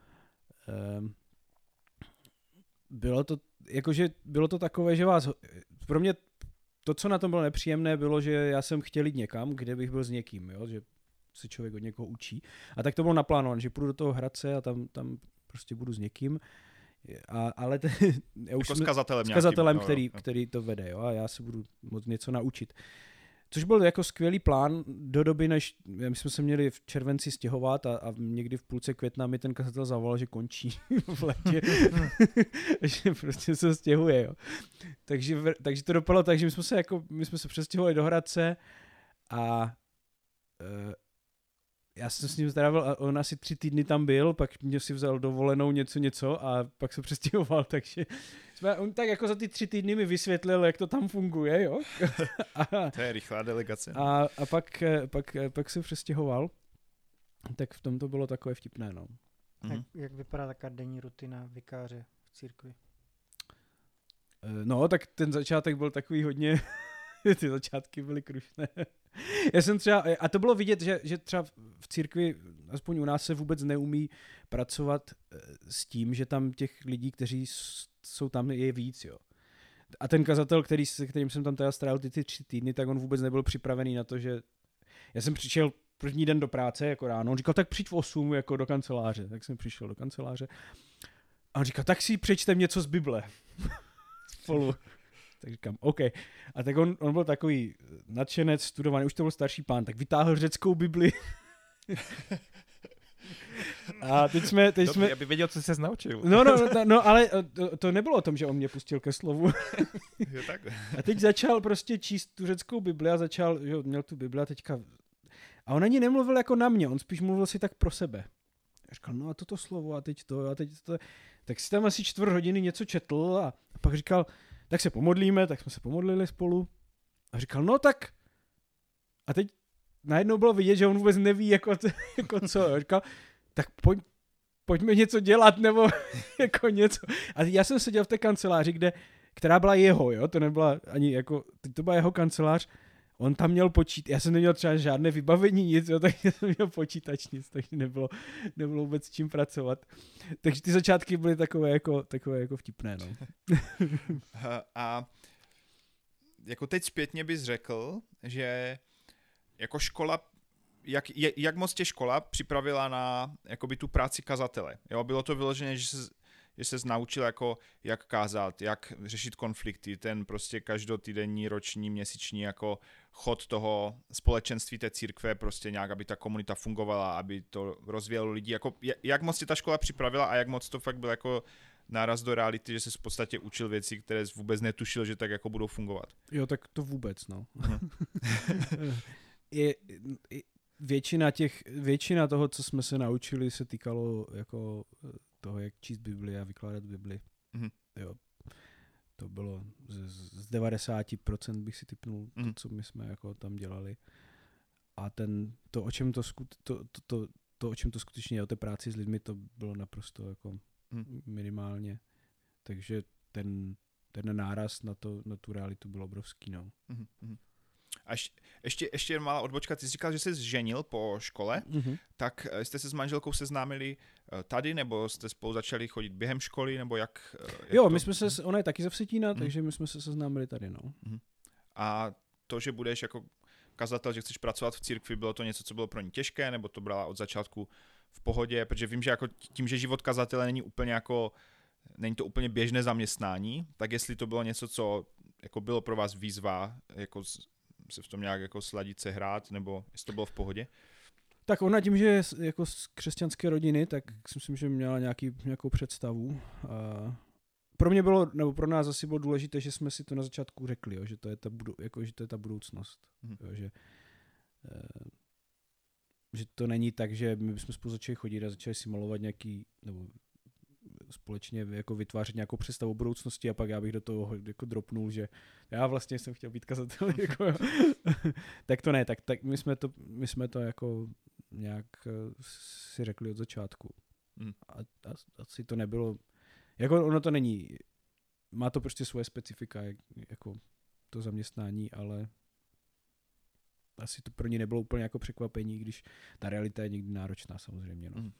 Speaker 2: bylo to takové, že pro mě to, co na tom bylo nepříjemné, bylo, že já jsem chtěl jít někam, kde bych byl s někým, jo? Že se člověk od někoho učí. A tak to bylo naplánované, že půjdu do toho Hradce a tam prostě budu s někým. Ale
Speaker 1: jako s kazatelem,
Speaker 2: který to vede, jo? A já se budu moct něco naučit. Což byl jako skvělý plán do doby, než my jsme se měli v červenci stěhovat a někdy v půlce května mi ten kazatel zavolal, že končí v létě, že prostě se stěhuje, jo. Takže to dopadlo tak, že my jsme se přestěhovali do Hradce a já jsem s ním strávil a on asi 3 týdny tam byl, pak mě si vzal dovolenou něco a pak se přestěhoval, takže on tak jako za ty 3 týdny mi vysvětlil, jak to tam funguje, jo.
Speaker 1: To je rychlá delegace.
Speaker 2: A pak se přestěhoval, tak v tom to bylo takové vtipné, no.
Speaker 4: Jak vypadá taká denní rutina vikáře v církvi?
Speaker 2: No, tak ten začátek byl takový hodně, ty začátky byly krušné. Já jsem třeba, a to bylo vidět, že třeba v církvi, aspoň u nás se vůbec neumí pracovat s tím, že tam těch lidí, kteří jsou tam, je víc, jo. A ten kazatel, se kterým jsem tam teda strávil ty 3 týdny, tak on vůbec nebyl připravený na to, že já jsem přišel první den do práce, jako ráno, on říkal, tak přijď v 8 jako do kanceláře, tak jsem přišel do kanceláře a on říkal, tak si přečtem něco z Bible. Spolu. Tak říkám, OK. A tak on byl takový nadšenec, studovaný, už to byl starší pán, tak vytáhl řeckou Bibli. A teď jsme...
Speaker 3: Aby věděl, co se naučil.
Speaker 2: No, ale to nebylo o tom, že on mě pustil ke slovu.
Speaker 1: Jo, tak.
Speaker 2: A teď začal prostě číst tu řeckou Bibli a že měl tu Bibli a teďka... A on ani nemluvil jako na mě, on spíš mluvil si tak pro sebe. Já říkal, no a toto slovo a teď to. Tak si tam asi 4 hodiny něco četl a pak říkal, tak se pomodlíme, tak jsme se pomodlili spolu. A říkal, no tak. A teď najednou bylo vidět, že on vůbec neví, jako co. A říkal, tak pojďme něco dělat, nebo jako něco. A já jsem seděl v té kanceláři, která byla jeho, jo, to nebyla ani jako, to byla jeho kancelář. On tam měl počítač, já jsem neměl třeba žádné vybavení, nic, jo, tak jsem měl počítač, nic, takže nebylo vůbec s čím pracovat. Takže ty začátky byly takové jako vtipné, no.
Speaker 1: A jako teď zpětně bys řekl, že jako škola, jak moc tě škola připravila na jakoby tu práci kazatele? Jo, bylo to vyloženě, že ses naučil jako jak kázat, jak řešit konflikty, ten prostě každotýdenní, roční, měsíční jako chod toho společenství té církve, prostě nějak, aby ta komunita fungovala, aby to rozvíjelo lidi, jako jak moc tě ta škola připravila a jak moc to fakt byl jako náraz do reality, že ses v podstatě učil věci, které jsi vůbec netušil, že tak jako budou fungovat.
Speaker 2: Jo, tak to vůbec, no. Většina toho, co jsme se naučili, se týkalo jako toho, jak číst Bibli a vykládat Bibli. Jo. To bylo z 90% bych si tipnul to, co my jsme jako tam dělali. a to, o čem o čem to skutečně je, o té práci s lidmi, to bylo naprosto jako minimálně. Takže ten náraz na tu realitu byl obrovský, no.
Speaker 1: A ještě malá odbočka, ty jsi říkal, že jsi ženil po škole, tak jste se s manželkou seznámili tady, nebo jste spolu začali chodit během školy, nebo jak
Speaker 2: jo, my jsme se, ona je taky ze Vsetína, takže my jsme se seznámili tady, no.
Speaker 1: A to, že budeš jako kazatel, že chceš pracovat v církvi, bylo to něco, co bylo pro ní těžké, nebo to brala od začátku v pohodě, protože vím, že jako tím, že život kazatele není to úplně běžné zaměstnání, tak jestli to bylo něco, co jako bylo pro vás výzva, jako se v tom nějak jako sladit se hrát, nebo jestli to bylo v pohodě?
Speaker 2: Tak ona tím, že je jako z křesťanské rodiny, tak si myslím, že měla nějakou představu. Pro mě bylo, nebo pro nás asi bylo důležité, že jsme si to na začátku řekli, jo, že to je ta budoucnost. Jo, že to není tak, že my bychom spolu začali chodit a začali si malovat nebo společně jako vytvářet nějakou představu o budoucnosti a pak já bych do toho jako dropnul, že já vlastně jsem chtěl být kazatel. Jako, tak to ne, tak my jsme to jako nějak si řekli od začátku. A asi to nebylo, jako ono to není, má to prostě svoje specifika, jako to zaměstnání, ale asi to pro ní nebylo úplně jako překvapení, když ta realita je někdy náročná samozřejmě. No.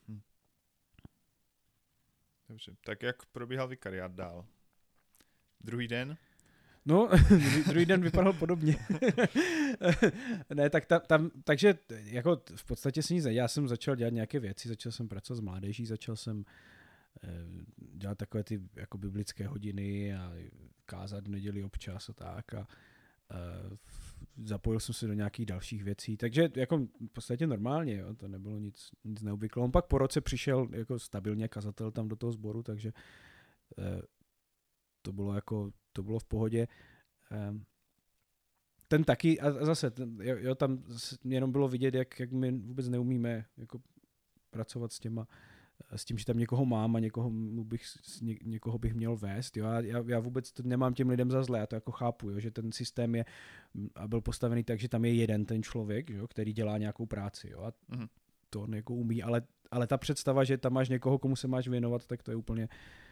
Speaker 1: Dobře, tak jak probíhal vikariát dál? Druhý den?
Speaker 2: No, druhý den vypadal podobně. Ne, tak takže jako v podstatě se nic nedělá. Já jsem začal dělat nějaké věci, začal jsem pracovat s mládeží, začal jsem dělat takové ty jako biblické hodiny a kázat v neděli občas a tak a zapojil jsem se do nějakých dalších věcí, takže jako v podstatě normálně, jo, to nebylo nic neobvyklého. On pak po roce přišel jako stabilně kazatel tam do toho sboru, takže to bylo v pohodě. Ten taky, a zase, tam jenom bylo vidět, jak my vůbec neumíme jako pracovat s tím, že tam někoho mám a někoho bych měl vést. Jo? Já vůbec to nemám těm lidem za zlé, já to jako chápu, jo? Že ten systém je a byl postavený tak, že tam je jeden ten člověk, jo? Který dělá nějakou práci. Jo? A to on jako umí, ale ta představa, že tam máš někoho, komu se máš věnovat, tak to je úplně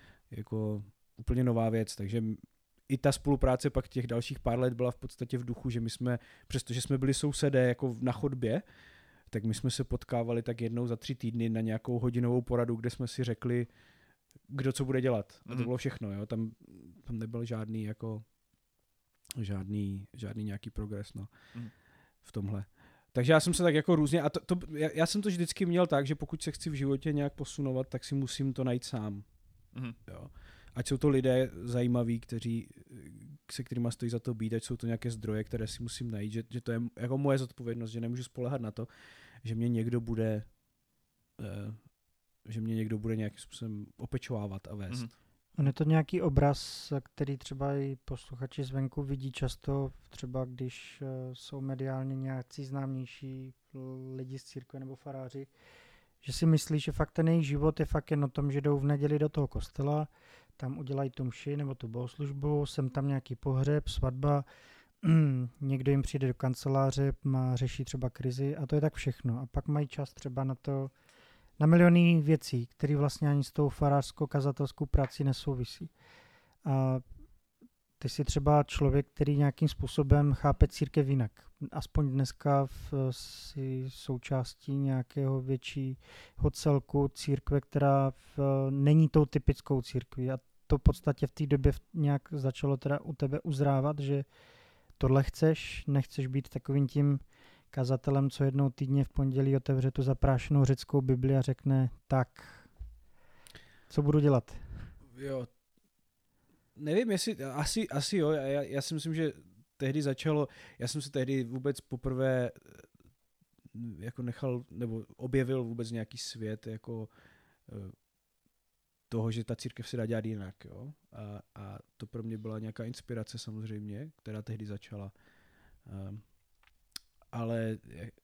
Speaker 2: nová věc. Takže i ta spolupráce pak těch dalších pár let byla v podstatě v duchu, že my jsme, přestože jsme byli sousedé jako na chodbě, tak my jsme se potkávali tak jednou za 3 týdny na nějakou hodinovou poradu, kde jsme si řekli, kdo co bude dělat. A to bylo všechno, jo. Tam nebyl žádný nějaký progres, no, v tomhle. Takže já jsem se tak jako různě, a já jsem to vždycky měl tak, že pokud se chci v životě nějak posunovat, tak si musím to najít sám. Jo. Ať jsou to lidé zajímaví, se kterými stojí za to být, ať jsou to nějaké zdroje, které si musím najít, že to je jako moje zodpovědnost, že nemůžu spoléhat na to, že mě někdo bude nějakým způsobem opečovávat a vést.
Speaker 4: On je to nějaký obraz, který třeba i posluchači zvenku vidí často, třeba když jsou mediálně nějací známější lidi z církve nebo faráři, že si myslí, že fakt ten jejich život je fakt jen o tom, že jdou v neděli do toho kostela, tam udělají tu mši nebo tu bohoslužbu, sem tam nějaký pohřeb, svatba, někdo jim přijde do kanceláře, řeší třeba krizi a to je tak všechno. A pak mají čas třeba na miliony věcí, které vlastně ani s tou farářskou kazatelskou prací nesouvisí. A ty jsi třeba člověk, který nějakým způsobem chápe církev jinak. Aspoň dneska si součástí nějakého většího celku církve, která není tou typickou církví. A to v podstatě v té době nějak začalo teda u tebe uzrávat, že tohle nechceš být takovým tím kazatelem, co jednou týdně v pondělí otevře tu zaprášenou řeckou Bibli a řekne, tak, co budu dělat?
Speaker 2: Jo, nevím, jestli, asi jo, já si myslím, že tehdy já jsem se tehdy vůbec poprvé jako nechal, nebo objevil vůbec nějaký svět, jako toho, že ta církev se dá dělat jinak, jo, a to pro mě byla nějaká inspirace samozřejmě, která tehdy začala, ale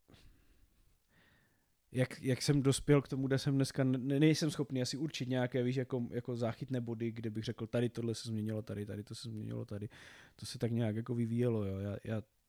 Speaker 2: jak jsem dospěl k tomu, kde jsem dneska, nejsem schopný asi určit nějaké, víš, jako záchytné body, kde bych řekl, tady tohle se změnilo, tady to se změnilo, tady. To se tak nějak jako vyvíjelo, jo.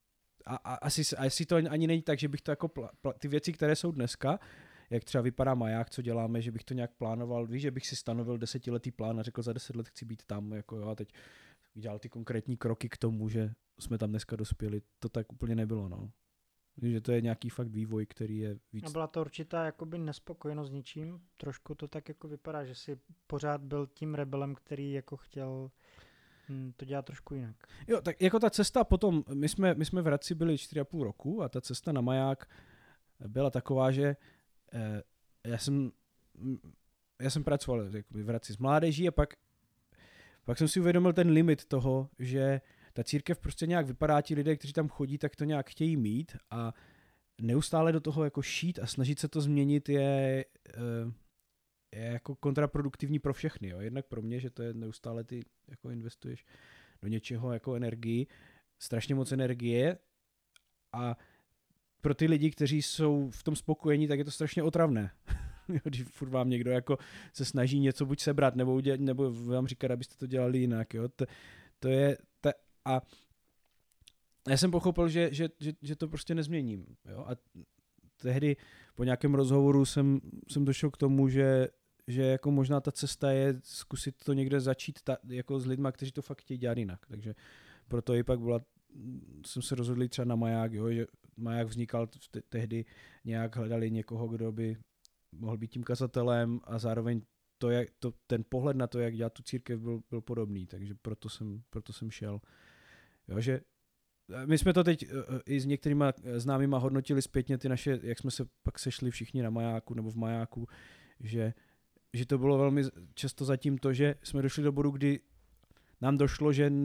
Speaker 2: a asi to ani není tak, že bych to jako ty věci, které jsou dneska, jak třeba vypadá maják, co děláme, že bych to nějak plánoval, víš, že bych si stanovil 10letý plán a řekl, za 10 let chci být tam, jako jo, a teď udělal ty konkrétní kroky k tomu, že jsme tam dneska dospěli. To tak úplně nebylo, no. Že to je nějaký fakt vývoj, který je víc...
Speaker 4: A byla to určitá jakoby nespokojenost s ničím. Trošku to tak jako vypadá, že si pořád byl tím rebelem, který jako chtěl to dělat trošku jinak.
Speaker 2: Jo, tak jako ta cesta potom, my jsme v Hradci byli 4,5 roku a ta cesta na maják byla taková, že já jsem pracoval v Hradci s mládeží a pak jsem si uvědomil ten limit toho, že ta církev prostě nějak vypadá, ti lidé, kteří tam chodí, tak to nějak chtějí mít a neustále do toho jako šít a snažit se to změnit je jako kontraproduktivní pro všechny. Jo. Jednak pro mě, že to je neustále ty jako investuješ do něčeho jako energii, strašně moc energie a pro ty lidi, kteří jsou v tom spokojení, tak je to strašně otravné. Když furt vám někdo jako se snaží něco buď sebrat, nebo vám říkat, abyste to dělali jinak. Jo. To je... A já jsem pochopil, že to prostě nezměním. Jo? A tehdy po nějakém rozhovoru jsem došel k tomu, že jako možná ta cesta je zkusit to někde začít jako s lidma, kteří to fakt chtějí dělat jinak. Takže proto i pak jsem se rozhodl třeba na maják, jo? Že maják vznikal tehdy, nějak hledali někoho, kdo by mohl být tím kazatelem a zároveň ten pohled na to, jak dělat tu církev, byl podobný, takže proto jsem šel. Jo, že my jsme to teď i s některýma známýma hodnotili zpětně ty naše, jak jsme se pak sešli všichni na majáku nebo v majáku, že to bylo velmi často zatím to, že jsme došli do bodu, kdy nám došlo, že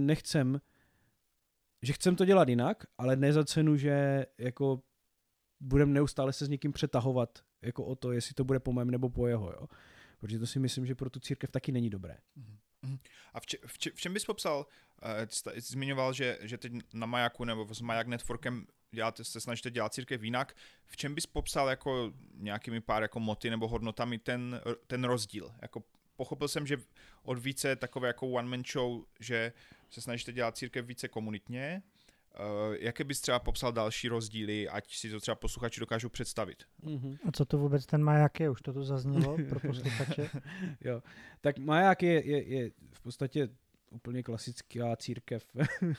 Speaker 2: chcem to dělat jinak, ale ne za cenu, že jako budeme neustále se s někým přetahovat jako o to, jestli to bude po mém nebo po jeho, jo. Protože to si myslím, že pro tu církev taky není dobré.
Speaker 1: A v čem bys popsal, jsi zmiňoval, že teď na majáku nebo s Maják Networkem se snažíte dělat církev jinak, v čem bys popsal jako nějakými pár jako moty nebo hodnotami ten rozdíl? Jako pochopil jsem, že od více takové jako one man show, že se snažíte dělat církev více komunitně. Jaké bys třeba popsal další rozdíly, ať si to třeba posluchači dokážou představit?
Speaker 4: A co to vůbec ten maják je? Už to zaznělo pro posluchače?
Speaker 2: Jo, tak maják je v podstatě úplně klasická církev.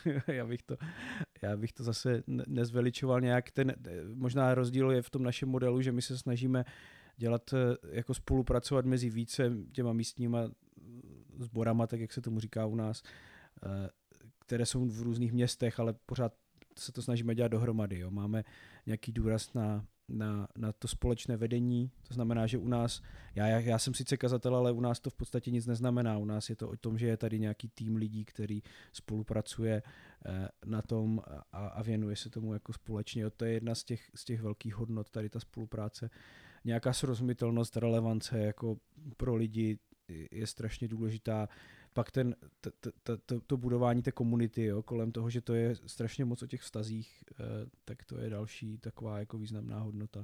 Speaker 2: já bych to zase nezveličoval nějak. Možná rozdíl je v tom našem modelu, že my se snažíme dělat, jako spolupracovat mezi více těma místníma sborama, tak jak se tomu říká u nás, které jsou v různých městech, ale pořád se to snažíme dělat dohromady. Jo. Máme nějaký důraz na to společné vedení, to znamená, že u nás, já jsem sice kazatel, ale u nás to v podstatě nic neznamená. U nás je to o tom, že je tady nějaký tým lidí, který spolupracuje na tom a věnuje se tomu jako společně. To je jedna z těch velkých hodnot, tady ta spolupráce. Nějaká srozumitelnost, relevance jako pro lidi je strašně důležitá. Pak to budování té komunity, jo, kolem toho, že to je strašně moc o těch vztazích, tak to je další taková jako významná hodnota.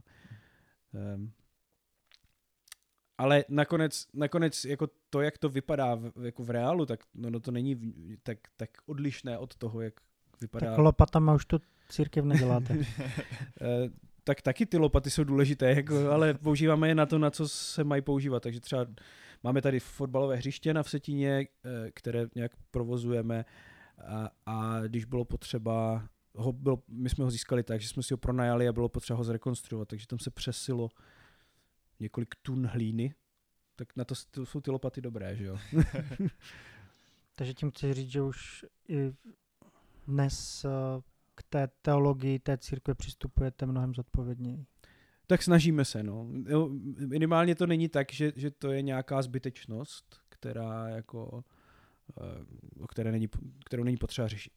Speaker 2: Ale nakonec jako to, jak to vypadá jako v reálu, tak no to není tak odlišné od toho, jak vypadá.
Speaker 4: Tak lopatama už to církev neděláte.
Speaker 2: Tak taky ty lopaty jsou důležité, jako, ale používáme je na to, na co se mají používat. Takže třeba máme tady fotbalové hřiště na Vsetíně, které nějak provozujeme a když bylo potřeba, my jsme ho získali tak, že jsme si ho pronajali a bylo potřeba ho zrekonstruovat, takže tam se přesilo několik tun hlíny, tak na to jsou ty lopaty dobré, že jo.
Speaker 4: Takže tím chci říct, že už i dnes k té teologii té církve přistupujete mnohem zodpovědněji.
Speaker 2: Tak snažíme se, no. Minimálně to není tak, že to je nějaká zbytečnost, která jako, kterou není potřeba řešit.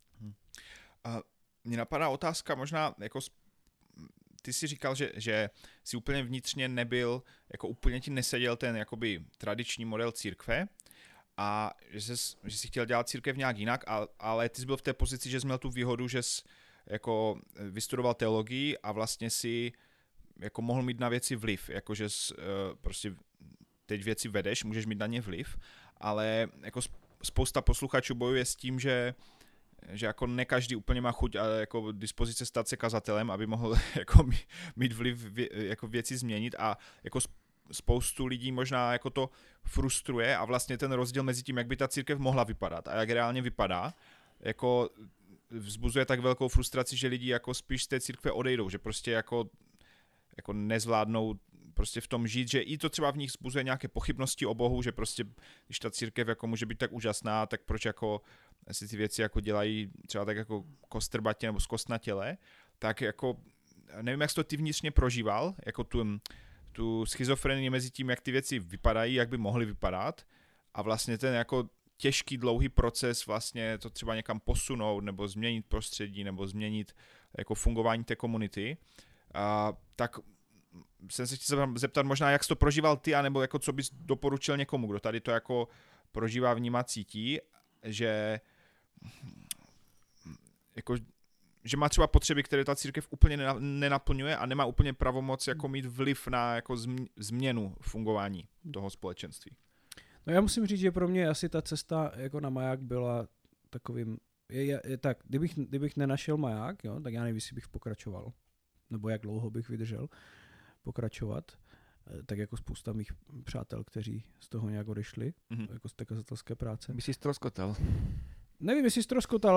Speaker 1: Mně napadá otázka, možná jako ty jsi říkal, že si úplně vnitřně nebyl, jako úplně ti neseděl ten jakoby tradiční model církve a že jsi chtěl dělat církev nějak jinak, ale ty jsi byl v té pozici, že jsi měl tu výhodu, že jsi jako vystudoval teologii a vlastně si jako mohl mít na věci vliv, jakože prostě teď věci vedeš, můžeš mít na ně vliv, ale jako spousta posluchačů bojuje s tím, že že jako ne každý úplně má chuť a jako dispozice stát se kazatelem, aby mohl jako mít vliv jako věci změnit a jako spoustu lidí možná jako to frustruje a vlastně ten rozdíl mezi tím, jak by ta církev mohla vypadat a jak reálně vypadá, jako vzbuzuje tak velkou frustraci, že lidi jako spíš z té církve odejdou, že prostě jako nezvládnou prostě v tom žít, že i to třeba v nich vzbuzuje nějaké pochybnosti o Bohu, že prostě když ta církev jako může být tak úžasná, tak proč jako si ty věci jako dělají třeba tak jako kostrbatě nebo zkostnatěle, tak jako nevím, jak jsi to ty vnitřně prožíval, jako tu schizofrenii mezi tím, jak ty věci vypadají, jak by mohly vypadat a vlastně ten jako těžký, dlouhý proces vlastně to třeba někam posunout nebo změnit prostředí nebo změnit jako fungování té komunity, tak jsem se chtěl zeptat možná, jak jsi to prožíval ty, anebo jako co bys doporučil někomu, kdo tady to jako prožívá, vnímá, cítí, že jako že má třeba potřeby, které ta církev úplně nenaplňuje a nemá úplně pravomoc jako mít vliv na jako změnu fungování toho společenství.
Speaker 2: No já musím říct, že pro mě asi ta cesta jako na maják byla takovým, tak kdybych nenašel maják, jo, tak já nevím, jestli bych pokračoval, nebo jak dlouho bych vydržel pokračovat, tak jako spousta mých přátel, kteří z toho nějak odešli, jako z té kazatelské práce.
Speaker 3: By si ztroskotal.
Speaker 2: Nevím, jestli ztroskotal,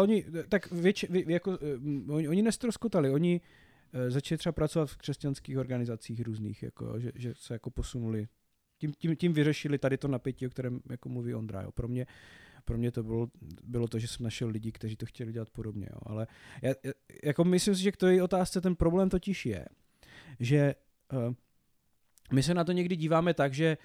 Speaker 2: oni nestroskotali, oni začali třeba pracovat v křesťanských organizacích různých, jako, že se jako posunuli. Tím vyřešili tady to napětí, o kterém jako mluví Ondra. Jo. Pro mě to bylo to, že jsem našel lidi, kteří to chtěli dělat podobně. Jo. Ale jako myslím si, že k té otázce ten problém totiž je, že my se na to někdy díváme tak, že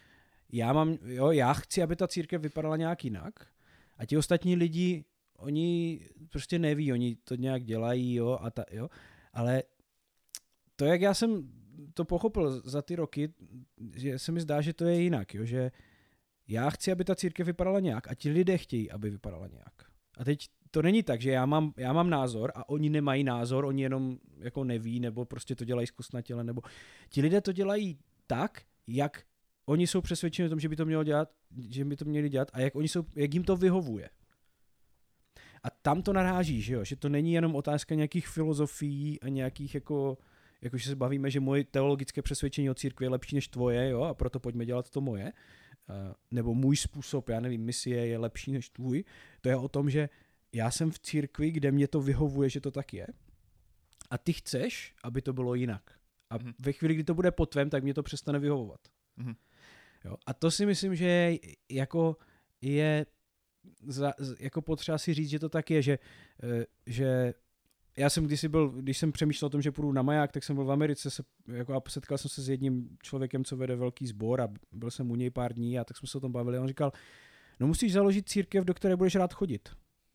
Speaker 2: já chci, aby ta církev vypadala nějak jinak a ti ostatní lidi, oni prostě neví, oni to nějak dělají, jo, ale to, jak já jsem to pochopil za ty roky, že se mi zdá, že to je jinak, jo, že já chci, aby ta církev vypadala nějak a ti lidé chtějí, aby vypadala nějak. A teď to není tak, že já mám názor a oni nemají názor, oni jenom jako neví, nebo prostě to dělají zkusnatěle, nebo ti lidé to dělají tak, jak oni jsou přesvědčeni o tom, že by to měli dělat a jak jim to vyhovuje. A tam to naráží, že to není jenom otázka nějakých filozofií a nějakých jakože se bavíme, že moje teologické přesvědčení o církvi je lepší než tvoje, jo, a proto pojďme dělat to moje. Nebo můj způsob, já nevím, misie je lepší než tvůj. To je o tom, že já jsem v církvi, kde mě to vyhovuje, že to tak je. A ty chceš, aby to bylo jinak. A ve chvíli, kdy to bude po tvém, tak mě to přestane vyhovovat. Jo, a to si myslím, že je jako potřeba si říct, že to tak je, že já jsem když jsem přemýšlel o tom, že půjdu na maják, tak jsem byl v Americe a setkal jsem se s jedním člověkem, co vede velký sbor a byl jsem u něj pár dní a tak jsme se o tom bavili a on říkal, no musíš založit církev, do které budeš rád chodit.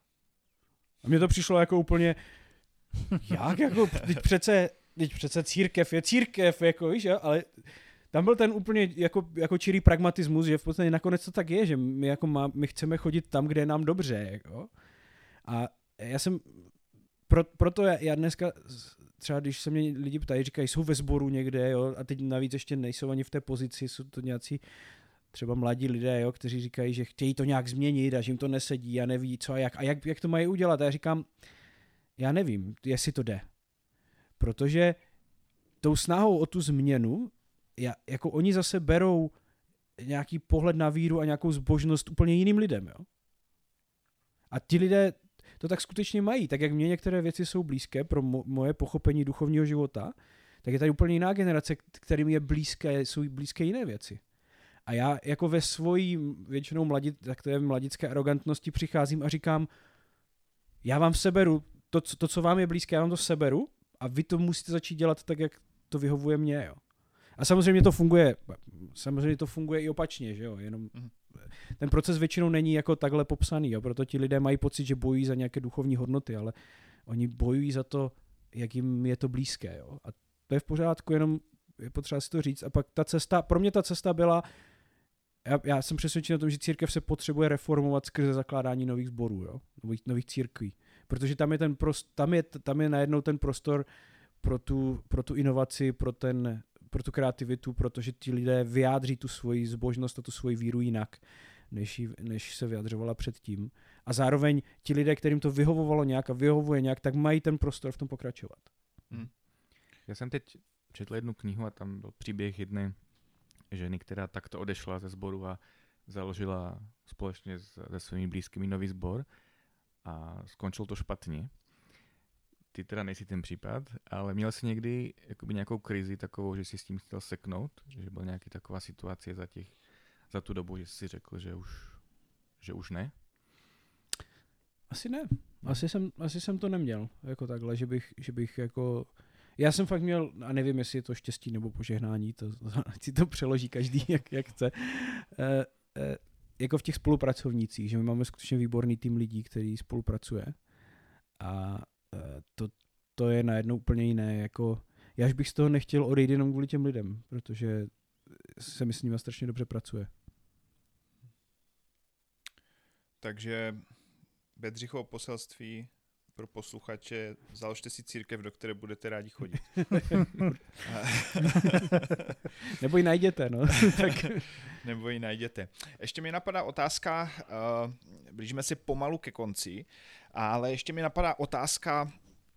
Speaker 2: A mně to přišlo jako úplně, jak jako, teď přece církev je církev, jako víš, ale tam byl ten úplně jako čirý pragmatismus, že v podstatě nakonec to tak je, že my chceme chodit tam, kde je nám dobře, jako. A já jsem proto já dneska, třeba když se mě lidi ptají, říkají, jsou ve sboru někde, jo, a teď navíc ještě nejsou ani v té pozici, jsou to nějací třeba mladí lidé, jo, kteří říkají, že chtějí to nějak změnit a že jim to nesedí a neví co a jak to mají udělat. A já říkám, já nevím, jestli to jde. Protože tou snahou o tu změnu, jako oni zase berou nějaký pohled na víru a nějakou zbožnost úplně jiným lidem, jo. A ti lidé to tak skutečně mají. Tak jak mě některé věci jsou blízké pro moje pochopení duchovního života, tak je tady úplně jiná generace, kterým jsou blízké jiné věci. A já jako ve svojí většinou mladické arrogantnosti přicházím a říkám, já vám seberu to, co vám je blízké, já vám to seberu a vy to musíte začít dělat tak, jak to vyhovuje mně, jo. A samozřejmě to funguje i opačně, že jo, jenom ten proces většinou není jako takhle popsaný, jo? Proto ti lidé mají pocit, že bojují za nějaké duchovní hodnoty, ale oni bojují za to, jak jim je to blízké. Jo? A to je v pořádku, jenom je potřeba si to říct. A pak pro mě ta cesta byla, já jsem přesvědčen o tom, že církev se potřebuje reformovat skrze zakládání nových sborů, jo? Nových církví. Protože tam je najednou ten prostor pro tu inovaci, pro tu kreativitu, protože ti lidé vyjádří tu svoji zbožnost a tu svoji víru jinak. než se vyjadřovala předtím. A zároveň ti lidé, kterým to vyhovovalo nějak a vyhovuje nějak, tak mají ten prostor v tom pokračovat.
Speaker 3: Já jsem teď četl jednu knihu a tam byl příběh jedné ženy, která takto odešla ze sboru a založila společně se svými blízkými nový sbor a skončilo to špatně. Ty teda nejsi ten případ, ale měl jsi někdy jakoby nějakou krizi takovou, že jsi s tím chtěl seknout? Že byla nějaká taková situace za tu dobu, že jsi si řekl, že už ne?
Speaker 2: Asi ne. Asi jsem to neměl jako takhle, že bych jako... Já jsem fakt měl, a nevím, jestli je to štěstí nebo požehnání, ať si to přeloží každý, jak chce, jako v těch spolupracovnících, že my máme skutečně výborný tým lidí, který spolupracuje a to je najednou úplně jiné, jako já už bych z toho nechtěl odejít jenom kvůli těm lidem, protože se mi s nimi strašně dobře pracuje.
Speaker 1: Takže Bedřichovo poselství pro posluchače, založte si církev, do které budete rádi chodit.
Speaker 2: Nebo ji najděte, no.
Speaker 1: Nebo ji najděte. Ještě mi napadá otázka, blížíme se pomalu ke konci, ale ještě mi napadá otázka,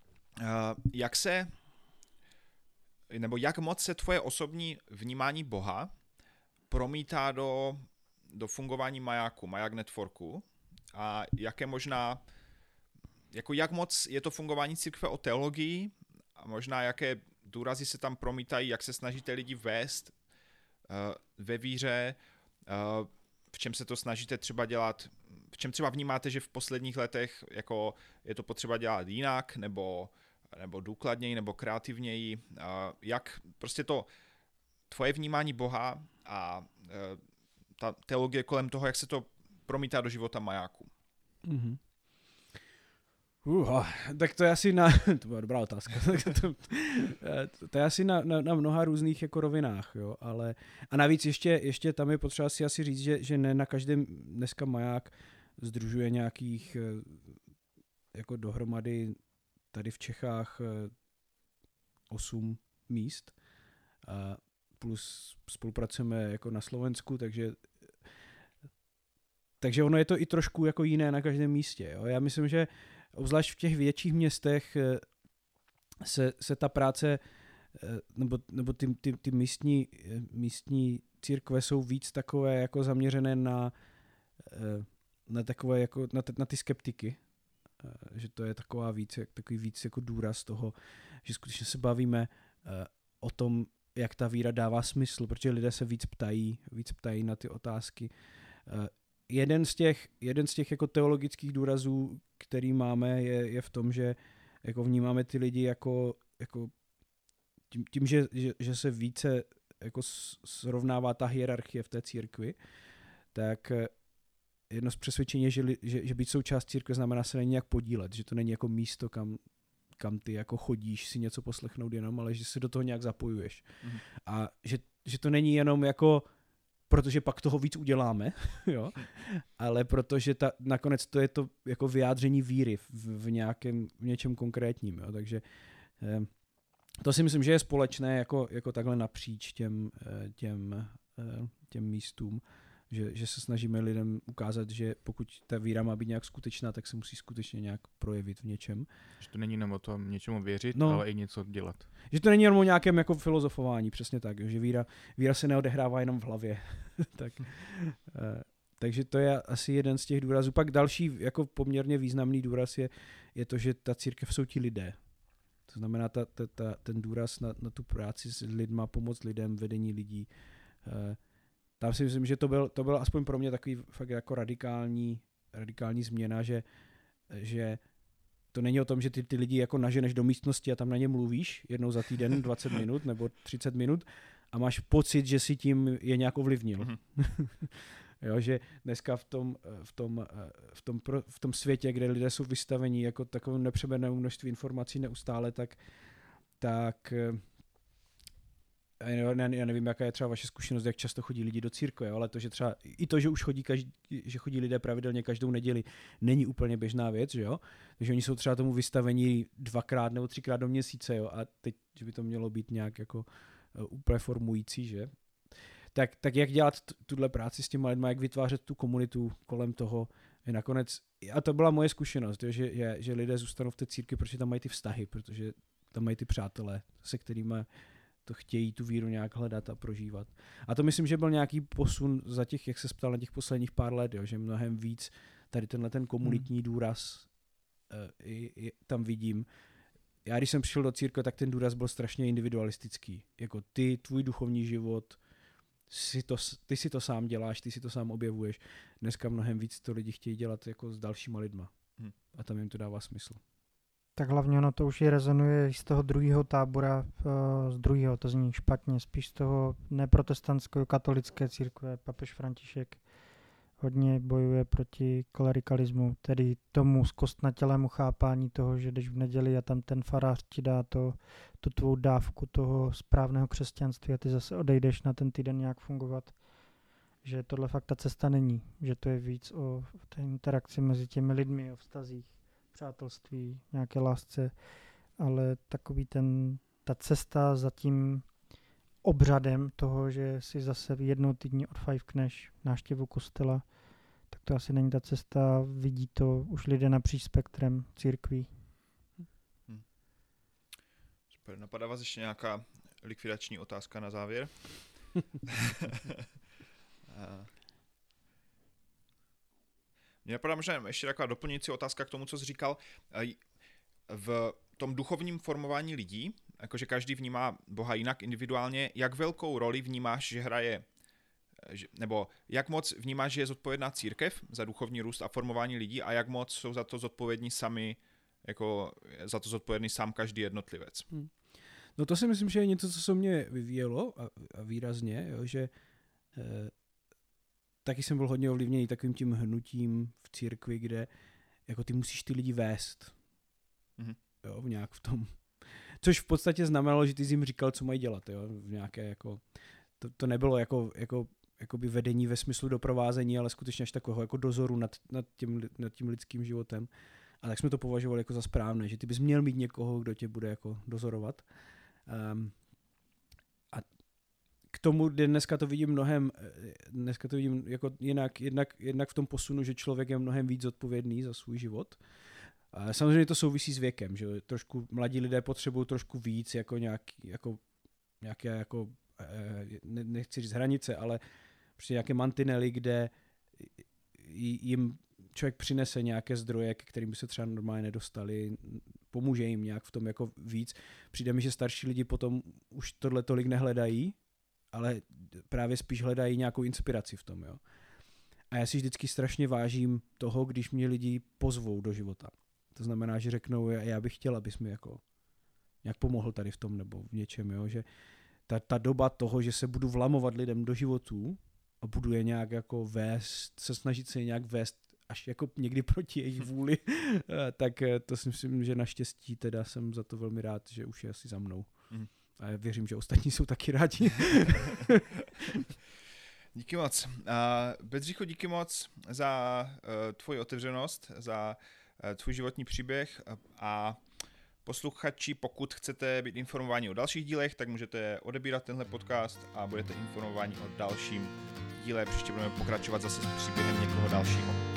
Speaker 1: jak moc se tvoje osobní vnímání Boha promítá do fungování majáku, Maják Networku a jaké možná jak moc je to fungování církve o teologii a možná jaké důrazy se tam promítají, jak se snažíte lidi vést ve víře, v čem se to snažíte třeba dělat, v čem třeba vnímáte, že v posledních letech jako je to potřeba dělat jinak, nebo důkladněji, nebo kreativněji, jak prostě to tvoje vnímání Boha a ta teologie kolem toho, jak se to promítá do života majáku.
Speaker 2: Mm-hmm. Tak to je asi to byla dobrá otázka. To je asi na mnoha různých jako rovinách, jo, ale a navíc ještě tam je potřeba si asi říct, že ne na každém dneska maják sdružuje nějakých jako dohromady tady v Čechách 8 míst plus spolupracujeme jako na Slovensku, takže ono je to i trošku jako jiné na každém místě, jo. Já myslím, že obzvlášť v těch větších městech se ta práce nebo ty místní církve jsou víc takové jako zaměřené na takové jako na ty skeptiky, že to je takový víc jako důraz toho, že skutečně se bavíme o tom, jak ta víra dává smysl, protože lidé se víc ptají na ty otázky. Jeden z těch jako teologických důrazů, který máme, je v tom, že jako vnímáme ty lidi jako tím, že se více jako srovnává ta hierarchie v té církvi, tak jedno z přesvědčení je, že být součást církve znamená se na nějak podílet, že to není jako místo, kam ty jako chodíš si něco poslechnout jenom, ale že se do toho nějak zapojuješ. Mm. A že to není jenom jako protože pak toho víc uděláme, jo, ale protože nakonec to je to jako vyjádření víry v něčem konkrétním, jo, takže to si myslím, že je společné jako takhle napříč těm místům, že se snažíme lidem ukázat, že pokud ta víra má být nějak skutečná, tak se musí skutečně nějak projevit v něčem.
Speaker 3: Že to není jenom o tom něčemu věřit, ale i něco dělat.
Speaker 2: Že to není jenom o nějakém jako filozofování, přesně tak, že víra se neodehrává jenom v hlavě. Takže to je asi jeden z těch důrazů. Pak další jako poměrně významný důraz je to, že ta církev jsou ti lidé. To znamená ten důraz na tu práci s lidma, pomoc lidem, vedení lidí. Tam si myslím, že to byl aspoň pro mě takový fakt jako radikální změna, že to není o tom, že ty lidi jako naženeš do místnosti a tam na ně mluvíš jednou za týden 20 minut nebo 30 minut a máš pocit, že si tím je nějak ovlivnil. Mm-hmm. Jo, že dneska v tom světě, kde lidé jsou vystaveni jako takovému nepřebernému množství informací neustále, tak já nevím, jaká je třeba vaše zkušenost, jak často chodí lidi do církve, ale že už že chodí lidé pravidelně každou neděli, není úplně běžná věc, že jo? Takže oni jsou třeba tomu vystaveni 2x nebo 3x do měsíce, jo? A teď, že by to mělo být nějak jako úplně formující, že? tak jak dělat tuhle práci s těma lidma, jak vytvářet tu komunitu kolem toho, je nakonec, a to byla moje zkušenost, jo, že lidé zůstanou v té církvi, protože tam mají ty vztahy, protože tam mají ty přátelé, se kterými to chtějí tu víru nějak hledat a prožívat. A to myslím, že byl nějaký posun za těch, jak se ptal na těch posledních pár let, jo, že mnohem víc tady tenhle ten komunitní důraz tam vidím. Já když jsem přišel do církve, tak ten důraz byl strašně individualistický. Jako ty, tvůj duchovní život, ty si to sám děláš, ty si to sám objevuješ. Dneska mnohem víc to lidi chtějí dělat jako s dalšíma lidma. A tam jim to dává smysl.
Speaker 4: Tak hlavně ono to už i rezonuje z toho druhého tábora, z druhého, to zní špatně, spíš z toho neprotestantského katolické církve. Papež František hodně bojuje proti klerikalismu, tedy tomu zkostnatělému chápání toho, že jdeš v neděli a tam ten farář ti dá tu tvou dávku toho správného křesťanství a ty zase odejdeš na ten týden nějak fungovat. Že tohle fakt ta cesta není, že to je víc o té interakci mezi těmi lidmi, o vztazích, přátelství, nějaké lásce, ale takový ta cesta za tím obřadem toho, že si zase jednou týdně odfajfkneš návštěvu kostela, tak to asi není ta cesta, vidí to už lidé napříč spektrem církví.
Speaker 1: Super, napadá vás ještě nějaká likvidační otázka na závěr? Mně napadá možná ještě taková doplňující otázka k tomu, co jsi říkal. V tom duchovním formování lidí, jakože každý vnímá Boha jinak individuálně, jak velkou roli vnímáš, že hraje, nebo jak moc vnímáš, že je zodpovědná církev za duchovní růst a formování lidí a jak moc jsou za to zodpovědní sami, jako za to zodpovědný sám každý jednotlivec?
Speaker 2: No to si myslím, že je něco, co se mě vyvíjelo a výrazně, jo, že taky jsem byl hodně ovlivněný takovým tím hnutím v církvi, kde jako ty musíš ty lidi vést. Jo, nějak v tom. Což v podstatě znamenalo, že ty jsi jim říkal, co mají dělat. Jo, v nějaké jako, to nebylo jakoby vedení ve smyslu doprovázení, ale skutečně až takového jako dozoru nad tím lidským životem. A tak jsme to považovali jako za správné, že ty bys měl mít někoho, kdo tě bude jako dozorovat. A k tomu, kde dneska to vidím jako jednak v tom posunu, že člověk je mnohem víc zodpovědný za svůj život. A samozřejmě to souvisí s věkem, že trošku mladí lidé potřebují trošku víc jako nějaké nechci říct hranice, ale prostě nějaké mantinely, kde jim člověk přinese nějaké zdroje, ke kterým by se třeba normálně nedostali, pomůže jim nějak v tom jako víc. Přijde mi, že starší lidi potom už tohle tolik nehledají, ale právě spíš hledají nějakou inspiraci v tom, jo. A já si vždycky strašně vážím toho, když mě lidi pozvou do života. To znamená, že řeknou, já bych chtěl, abys mi jako nějak pomohl tady v tom nebo v něčem, jo, že ta doba toho, že se budu vlamovat lidem do životů a budu je nějak jako vést, se snažit se je nějak vést až jako někdy proti jejich vůli, tak to si myslím, že naštěstí teda jsem za to velmi rád, že už je asi za mnou. A já věřím, že ostatní jsou taky rádi.
Speaker 1: Díky moc. Bedřichu, díky moc za tvoji otevřenost, za tvůj životní příběh a posluchači, pokud chcete být informováni o dalších dílech, tak můžete odebírat tenhle podcast a budete informováni o dalším díle. Příště budeme pokračovat zase s příběhem někoho dalšího.